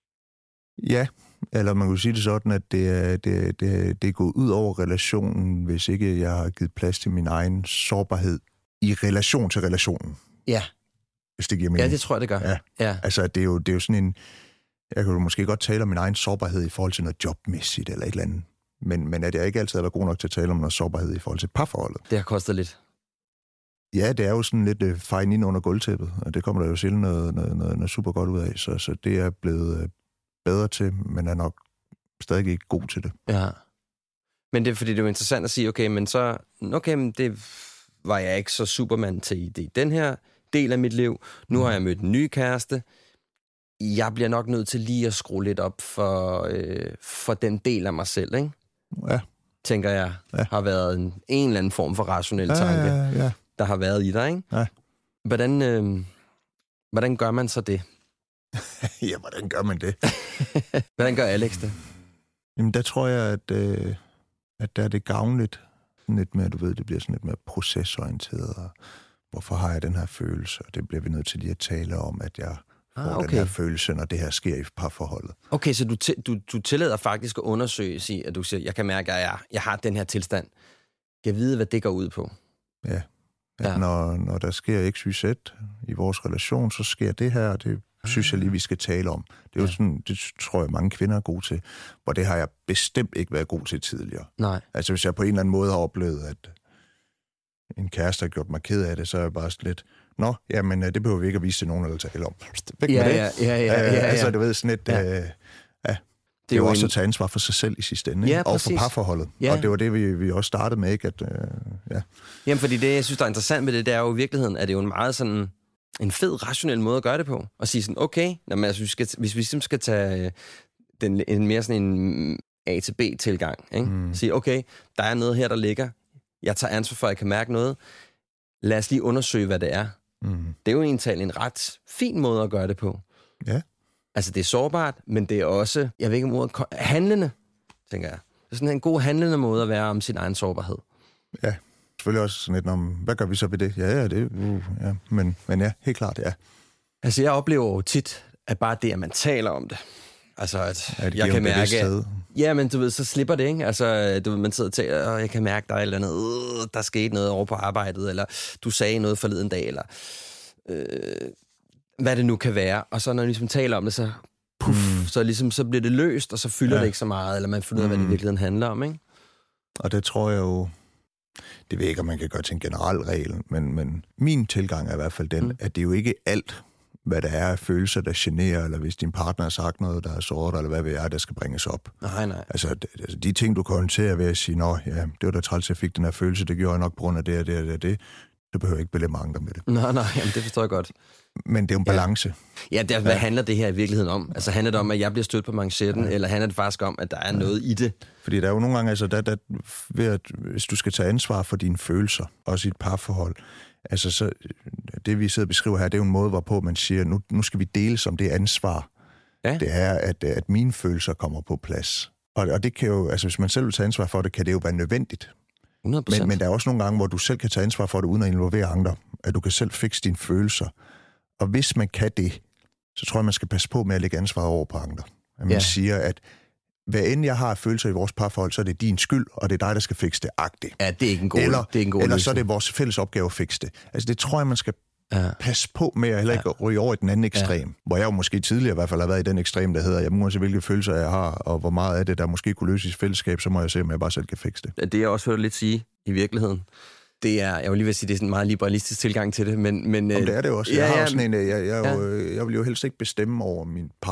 Ja, eller man kunne sige det sådan, at det er, det, det, det er gået ud over relationen, hvis ikke jeg har givet plads til min egen sårbarhed i relation til relationen. Ja. Hvis det giver mening. Ja, det tror jeg, det gør. Ja. Ja. Altså, det er, jo, det er jo sådan en... Jeg kan jo måske godt tale om min egen sårbarhed i forhold til noget jobmæssigt eller et eller andet. Men, men at jeg ikke altid har været god nok til at tale om noget sårbarhed i forhold til parforholdet. Det har kostet lidt. Ja, det er jo sådan lidt uh, fejn ind under gulvtæppet, og det kommer der jo sjældent noget, noget, noget, noget super godt ud af, så, så det er blevet uh, bedre til, men er nok stadig ikke god til det. Ja, men det er fordi, det er jo interessant at sige, okay, men så, okay, men det var jeg ikke så supermand til i det, den her del af mit liv. Nu mm. har jeg mødt en ny kæreste. Jeg bliver nok nødt til lige at skrue lidt op for, øh, for den del af mig selv, ikke? Ja. Tænker jeg, ja. har været en, en eller anden form for rationel tanke. Ja, ja, ja. Der har været i dig, ikke? Ja. Hvordan, øh, hvordan gør man så det? Ja, hvordan gør man det? Hvordan gør Alex det? Jamen, der tror jeg, at, øh, at der er det gavnligt. Lidt mere, du ved, det bliver sådan lidt mere procesorienteret. Og hvorfor har jeg den her følelse? Og det bliver vi nødt til lige at tale om, at jeg får ah, okay. den her følelse, når det her sker i parforholdet. Okay, så du, t- du, du tillader faktisk at undersøge, sige, at du siger, jeg kan mærke, at jeg, jeg har den her tilstand. Jeg vide, hvad det går ud på. Ja. Ja. Når, når der sker X Y Z i vores relation, så sker det her, og det synes jeg lige, vi skal tale om. Det er jo ja. sådan, det tror jeg, mange kvinder er gode til, hvor det har jeg bestemt ikke været god til tidligere. Nej. Altså, hvis jeg på en eller anden måde har oplevet, at en kæreste har gjort mig ked af det, så er jeg bare lidt, nå, jamen, det behøver vi ikke at vise til nogen eller tale om. Væk ja, med det. Ja, ja, ja, ja, ja. Altså, du ved, sådan et... Ja. Øh, ja. Det er jo også en... at tage ansvar for sig selv i sidste ende, ja, og for parforholdet. Ja. Og det var det, vi, vi også startede med, ikke? At, øh, ja. Jamen, fordi det, jeg synes, der er interessant med det, det er jo i virkeligheden, at det er jo en meget sådan, en fed, rationel måde at gøre det på. Og sige sådan, okay, når man, altså, vi skal, hvis vi ligesom skal tage den, en mere sådan en A til B-tilgang, ikke? Mm. Sige, okay, der er noget her, der ligger. Jeg tager ansvar for, at jeg kan mærke noget. Lad os lige undersøge, hvad det er. Mm. Det er jo egentlig en ret fin måde at gøre det på. Ja. Altså, det er sårbart, men det er også, jeg ved ikke om ordet, handlende, tænker jeg. Det er sådan en god handlende måde at være om sin egen sårbarhed. Ja, selvfølgelig også sådan lidt om, hvad gør vi så ved det? Ja, ja, det uh, ja. Men, men ja, helt klart, ja. Altså, jeg oplever jo tit, at bare det, at man taler om det, altså, at ja, jeg kan mærke, at, ja, men du ved, så slipper det, ikke? Altså, du ved, man sidder og taler, og jeg kan mærke, der er et eller andet, øh, der skete noget over på arbejdet, eller du sagde noget forleden dag, eller øh, hvad det nu kan være. Og så når man ligesom taler om det, så puff, mm. så, ligesom, så bliver det løst, og så fylder ja. det ikke så meget, eller man finder ud af, hvad det i virkeligheden handler om, ikke? Og det tror jeg jo, det ved jeg ikke, om man kan gøre til en generel regel, men, men min tilgang er i hvert fald den, mm. at det er jo ikke alt, hvad der er af følelser, der generer, eller hvis din partner har sagt noget, der er såret, eller hvad ved jeg, der skal bringes op. Nej, nej. Altså, de, de ting, du kan håndtere ved at sige, nå, ja, det var da træls, jeg fik den her følelse, det gjorde jeg nok på grund af det og det og det og det. Det behøver ikke belemre andre med det. Nej, nej, jamen, det forstår jeg godt. Men det er jo en balance. Ja, det er, hvad ja. handler det her i virkeligheden om? Altså, handler det om, at jeg bliver stødt på manchetten, ja. eller handler det faktisk om, at der er ja. noget i det? Fordi der er jo nogle gange, altså, der, der, ved at, hvis du skal tage ansvar for dine følelser, også i et parforhold, altså, så, det vi sidder og beskriver her, det er jo en måde, hvorpå man siger, nu, nu skal vi deles om det ansvar. Ja. Det er, at, at mine følelser kommer på plads. Og, og det kan jo, altså, hvis man selv vil tage ansvar for det, kan det jo være nødvendigt. hundrede procent. Men, men der er også nogle gange, hvor du selv kan tage ansvar for det, uden at involvere andre. At du kan selv fikse dine følelser. Og hvis man kan det, så tror jeg, man skal passe på med at lægge ansvaret over på andre. At man ja. siger, at hvad end jeg har følelser i vores parforhold, så er det din skyld, og det er dig, der skal fikse det, agtigt. Ja, det er ikke en god, eller, det er ikke en god Eller løsning. så er det vores fælles opgave at fikse det. Altså det tror jeg, man skal ja. passe på med at heller ikke ja. ryge over i den anden ekstrem. Ja. Hvor jeg jo måske tidligere i hvert fald har været i den ekstrem, der hedder, jeg må se, hvilke følelser jeg har, og hvor meget af det, der måske kunne løses i fællesskab, så må jeg se, om jeg bare selv kan fikse det. Det jeg også hørte lidt sige i virkeligheden, det er, jeg vil lige vil sige, det er sådan en meget liberalistisk tilgang til det, men... men Om det er det også. Jeg, ja, har ja, sådan en, jeg, jeg, jeg, ja. jeg vil jo helst ikke bestemme over min partner.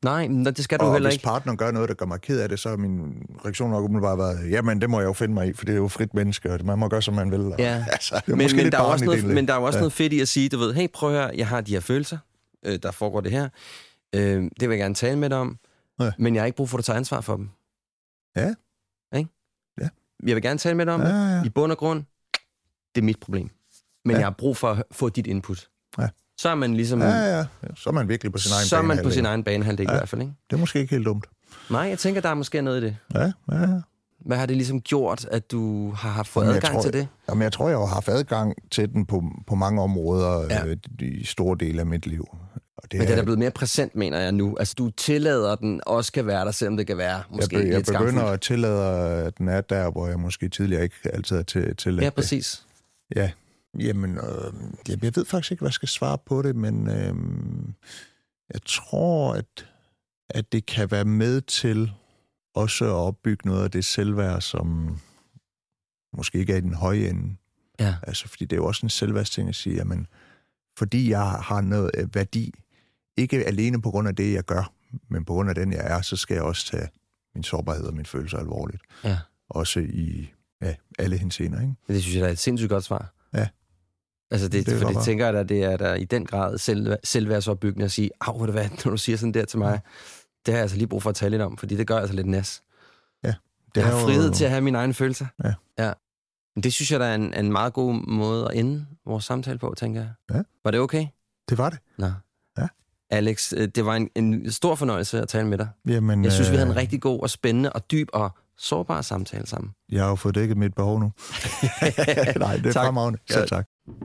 Nej, men det skal du og heller hvis ikke. partneren gør noget, der gør mig ked af det, så er min reaktion nok umiddelbart været, jamen det må jeg jo finde mig i, for det er jo frit menneske, og man må gøre, som man vil. Og, Ja. altså, men, men, der er også noget, det, men der er også ja. noget fedt i at sige, du ved, hey, prøv at høre, jeg har de her følelser, øh, der foregår det her. Øh, det vil jeg gerne tale med dig om, ja. men jeg har ikke brug for, at du tager ansvar for dem. Ja. Ikke? Ja. Jeg vil gerne tale med dig om ja, det. Ja, ja. I bund og grund, det er mit problem. Men ja. jeg har brug for at få dit input. Ja. Så er man ligesom... Ja, ja, ja. Så er man virkelig på sin egen Så er man banehalvdel. på sin egen banehalvdel ja. i hvert fald, ikke? Det er måske ikke helt dumt. Nej, jeg tænker, der er måske noget i det. Ja, ja, ja. Hvad har det ligesom gjort, at du har haft fået Jamen, adgang tror, til det? Jamen, jeg tror, jeg har haft adgang til den på, på mange områder ja. øh, i store dele af mit liv. Og det Men er, det er da blevet mere præsent, mener jeg nu. Altså, du tillader den også kan være der, selvom det kan være måske jeg, be, jeg lidt begynder skamfuldt. at tillade, at den er der, hvor jeg måske tidligere ikke altid har til, tilladt Ja, præcis. det. Ja, jamen, øh, jeg, jeg ved faktisk ikke, hvad jeg skal svare på det, men øh, jeg tror, at, at det kan være med til også at opbygge noget af det selvværd, som måske ikke er i den høje ende. Ja. Altså, fordi det er jo også en selvværdsting at sige, jamen, fordi jeg har noget værdi, ikke alene på grund af det, jeg gør, men på grund af den, jeg er, så skal jeg også tage min sårbarhed og mine følelser alvorligt. Ja. Også i ja, alle henseender, ikke? Det synes jeg, der er et sindssygt godt svar. Ja. Altså, det, det for det bare. tænker jeg, at det er der i den grad selv, selvværdsopbyggende at sige, au, ved du hvad, når du siger sådan der til mig, det har jeg altså lige brug for at tale lidt om, fordi det gør altså lidt næs. Ja. Det jeg har frihed jo... til at have mine egne følelser. Ja. Ja. Men det synes jeg, der er en, en meget god måde at ende vores samtale på, tænker jeg. Ja. Var det okay? Det var det. Nå. Ja. Alex, det var en, en stor fornøjelse at tale med dig. Jamen, jeg synes, øh... vi havde en rigtig god og spændende og dyb og sårbar samtale sammen. Jeg har jo fået dækket mit behov nu. Nej, det er tak. fremragende. Selv tak.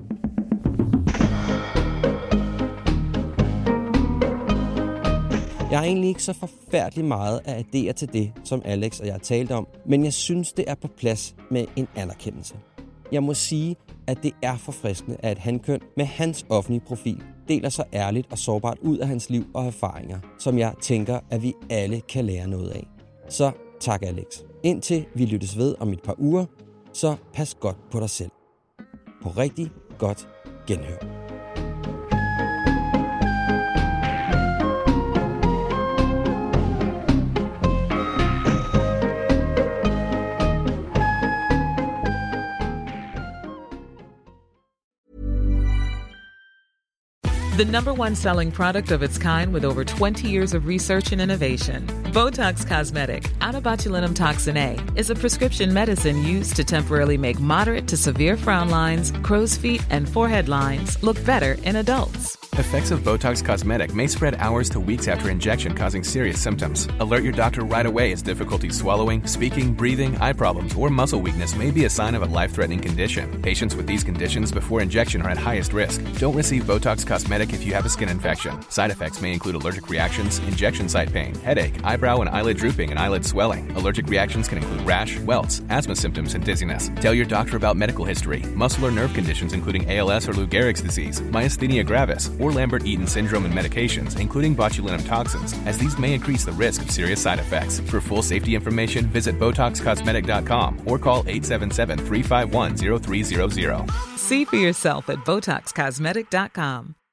Jeg har egentlig ikke så forfærdeligt meget at addere til det, som Alex og jeg talte om, men jeg synes, det er på plads med en anerkendelse. Jeg må sige, at det er forfriskende, at et hankøn med hans offentlige profil deler så ærligt og sårbart ud af hans liv og erfaringer, som jeg tænker, at vi alle kan lære noget af. Så tak, Alex. Indtil vi lyttes ved om et par uger, så pas godt på dig selv. På rigtig godt genhør. The number one selling product of its kind with over twenty years of research and innovation. Botox Cosmetic, out of botulinum toxin A, is a prescription medicine used to temporarily make moderate to severe frown lines, crow's feet, and forehead lines look better in adults. Effects of Botox Cosmetic may spread hours to weeks after injection, causing serious symptoms. Alert your doctor right away as difficulty swallowing, speaking, breathing, eye problems, or muscle weakness may be a sign of a life-threatening condition. Patients with these conditions before injection are at highest risk. Don't receive Botox Cosmetic if you have a skin infection. Side effects may include allergic reactions, injection site pain, headache, eyebrow and eyelid drooping, and eyelid swelling. Allergic reactions can include rash, welts, asthma symptoms, and dizziness. Tell your doctor about medical history, muscle or nerve conditions including A L S or Lou Gehrig's disease, myasthenia gravis, or Lambert-Eaton syndrome and medications, including botulinum toxins, as these may increase the risk of serious side effects. For full safety information, visit Botox Cosmetic dot com or call eight seven seven, three five one, zero three zero zero. See for yourself at Botox Cosmetic dot com.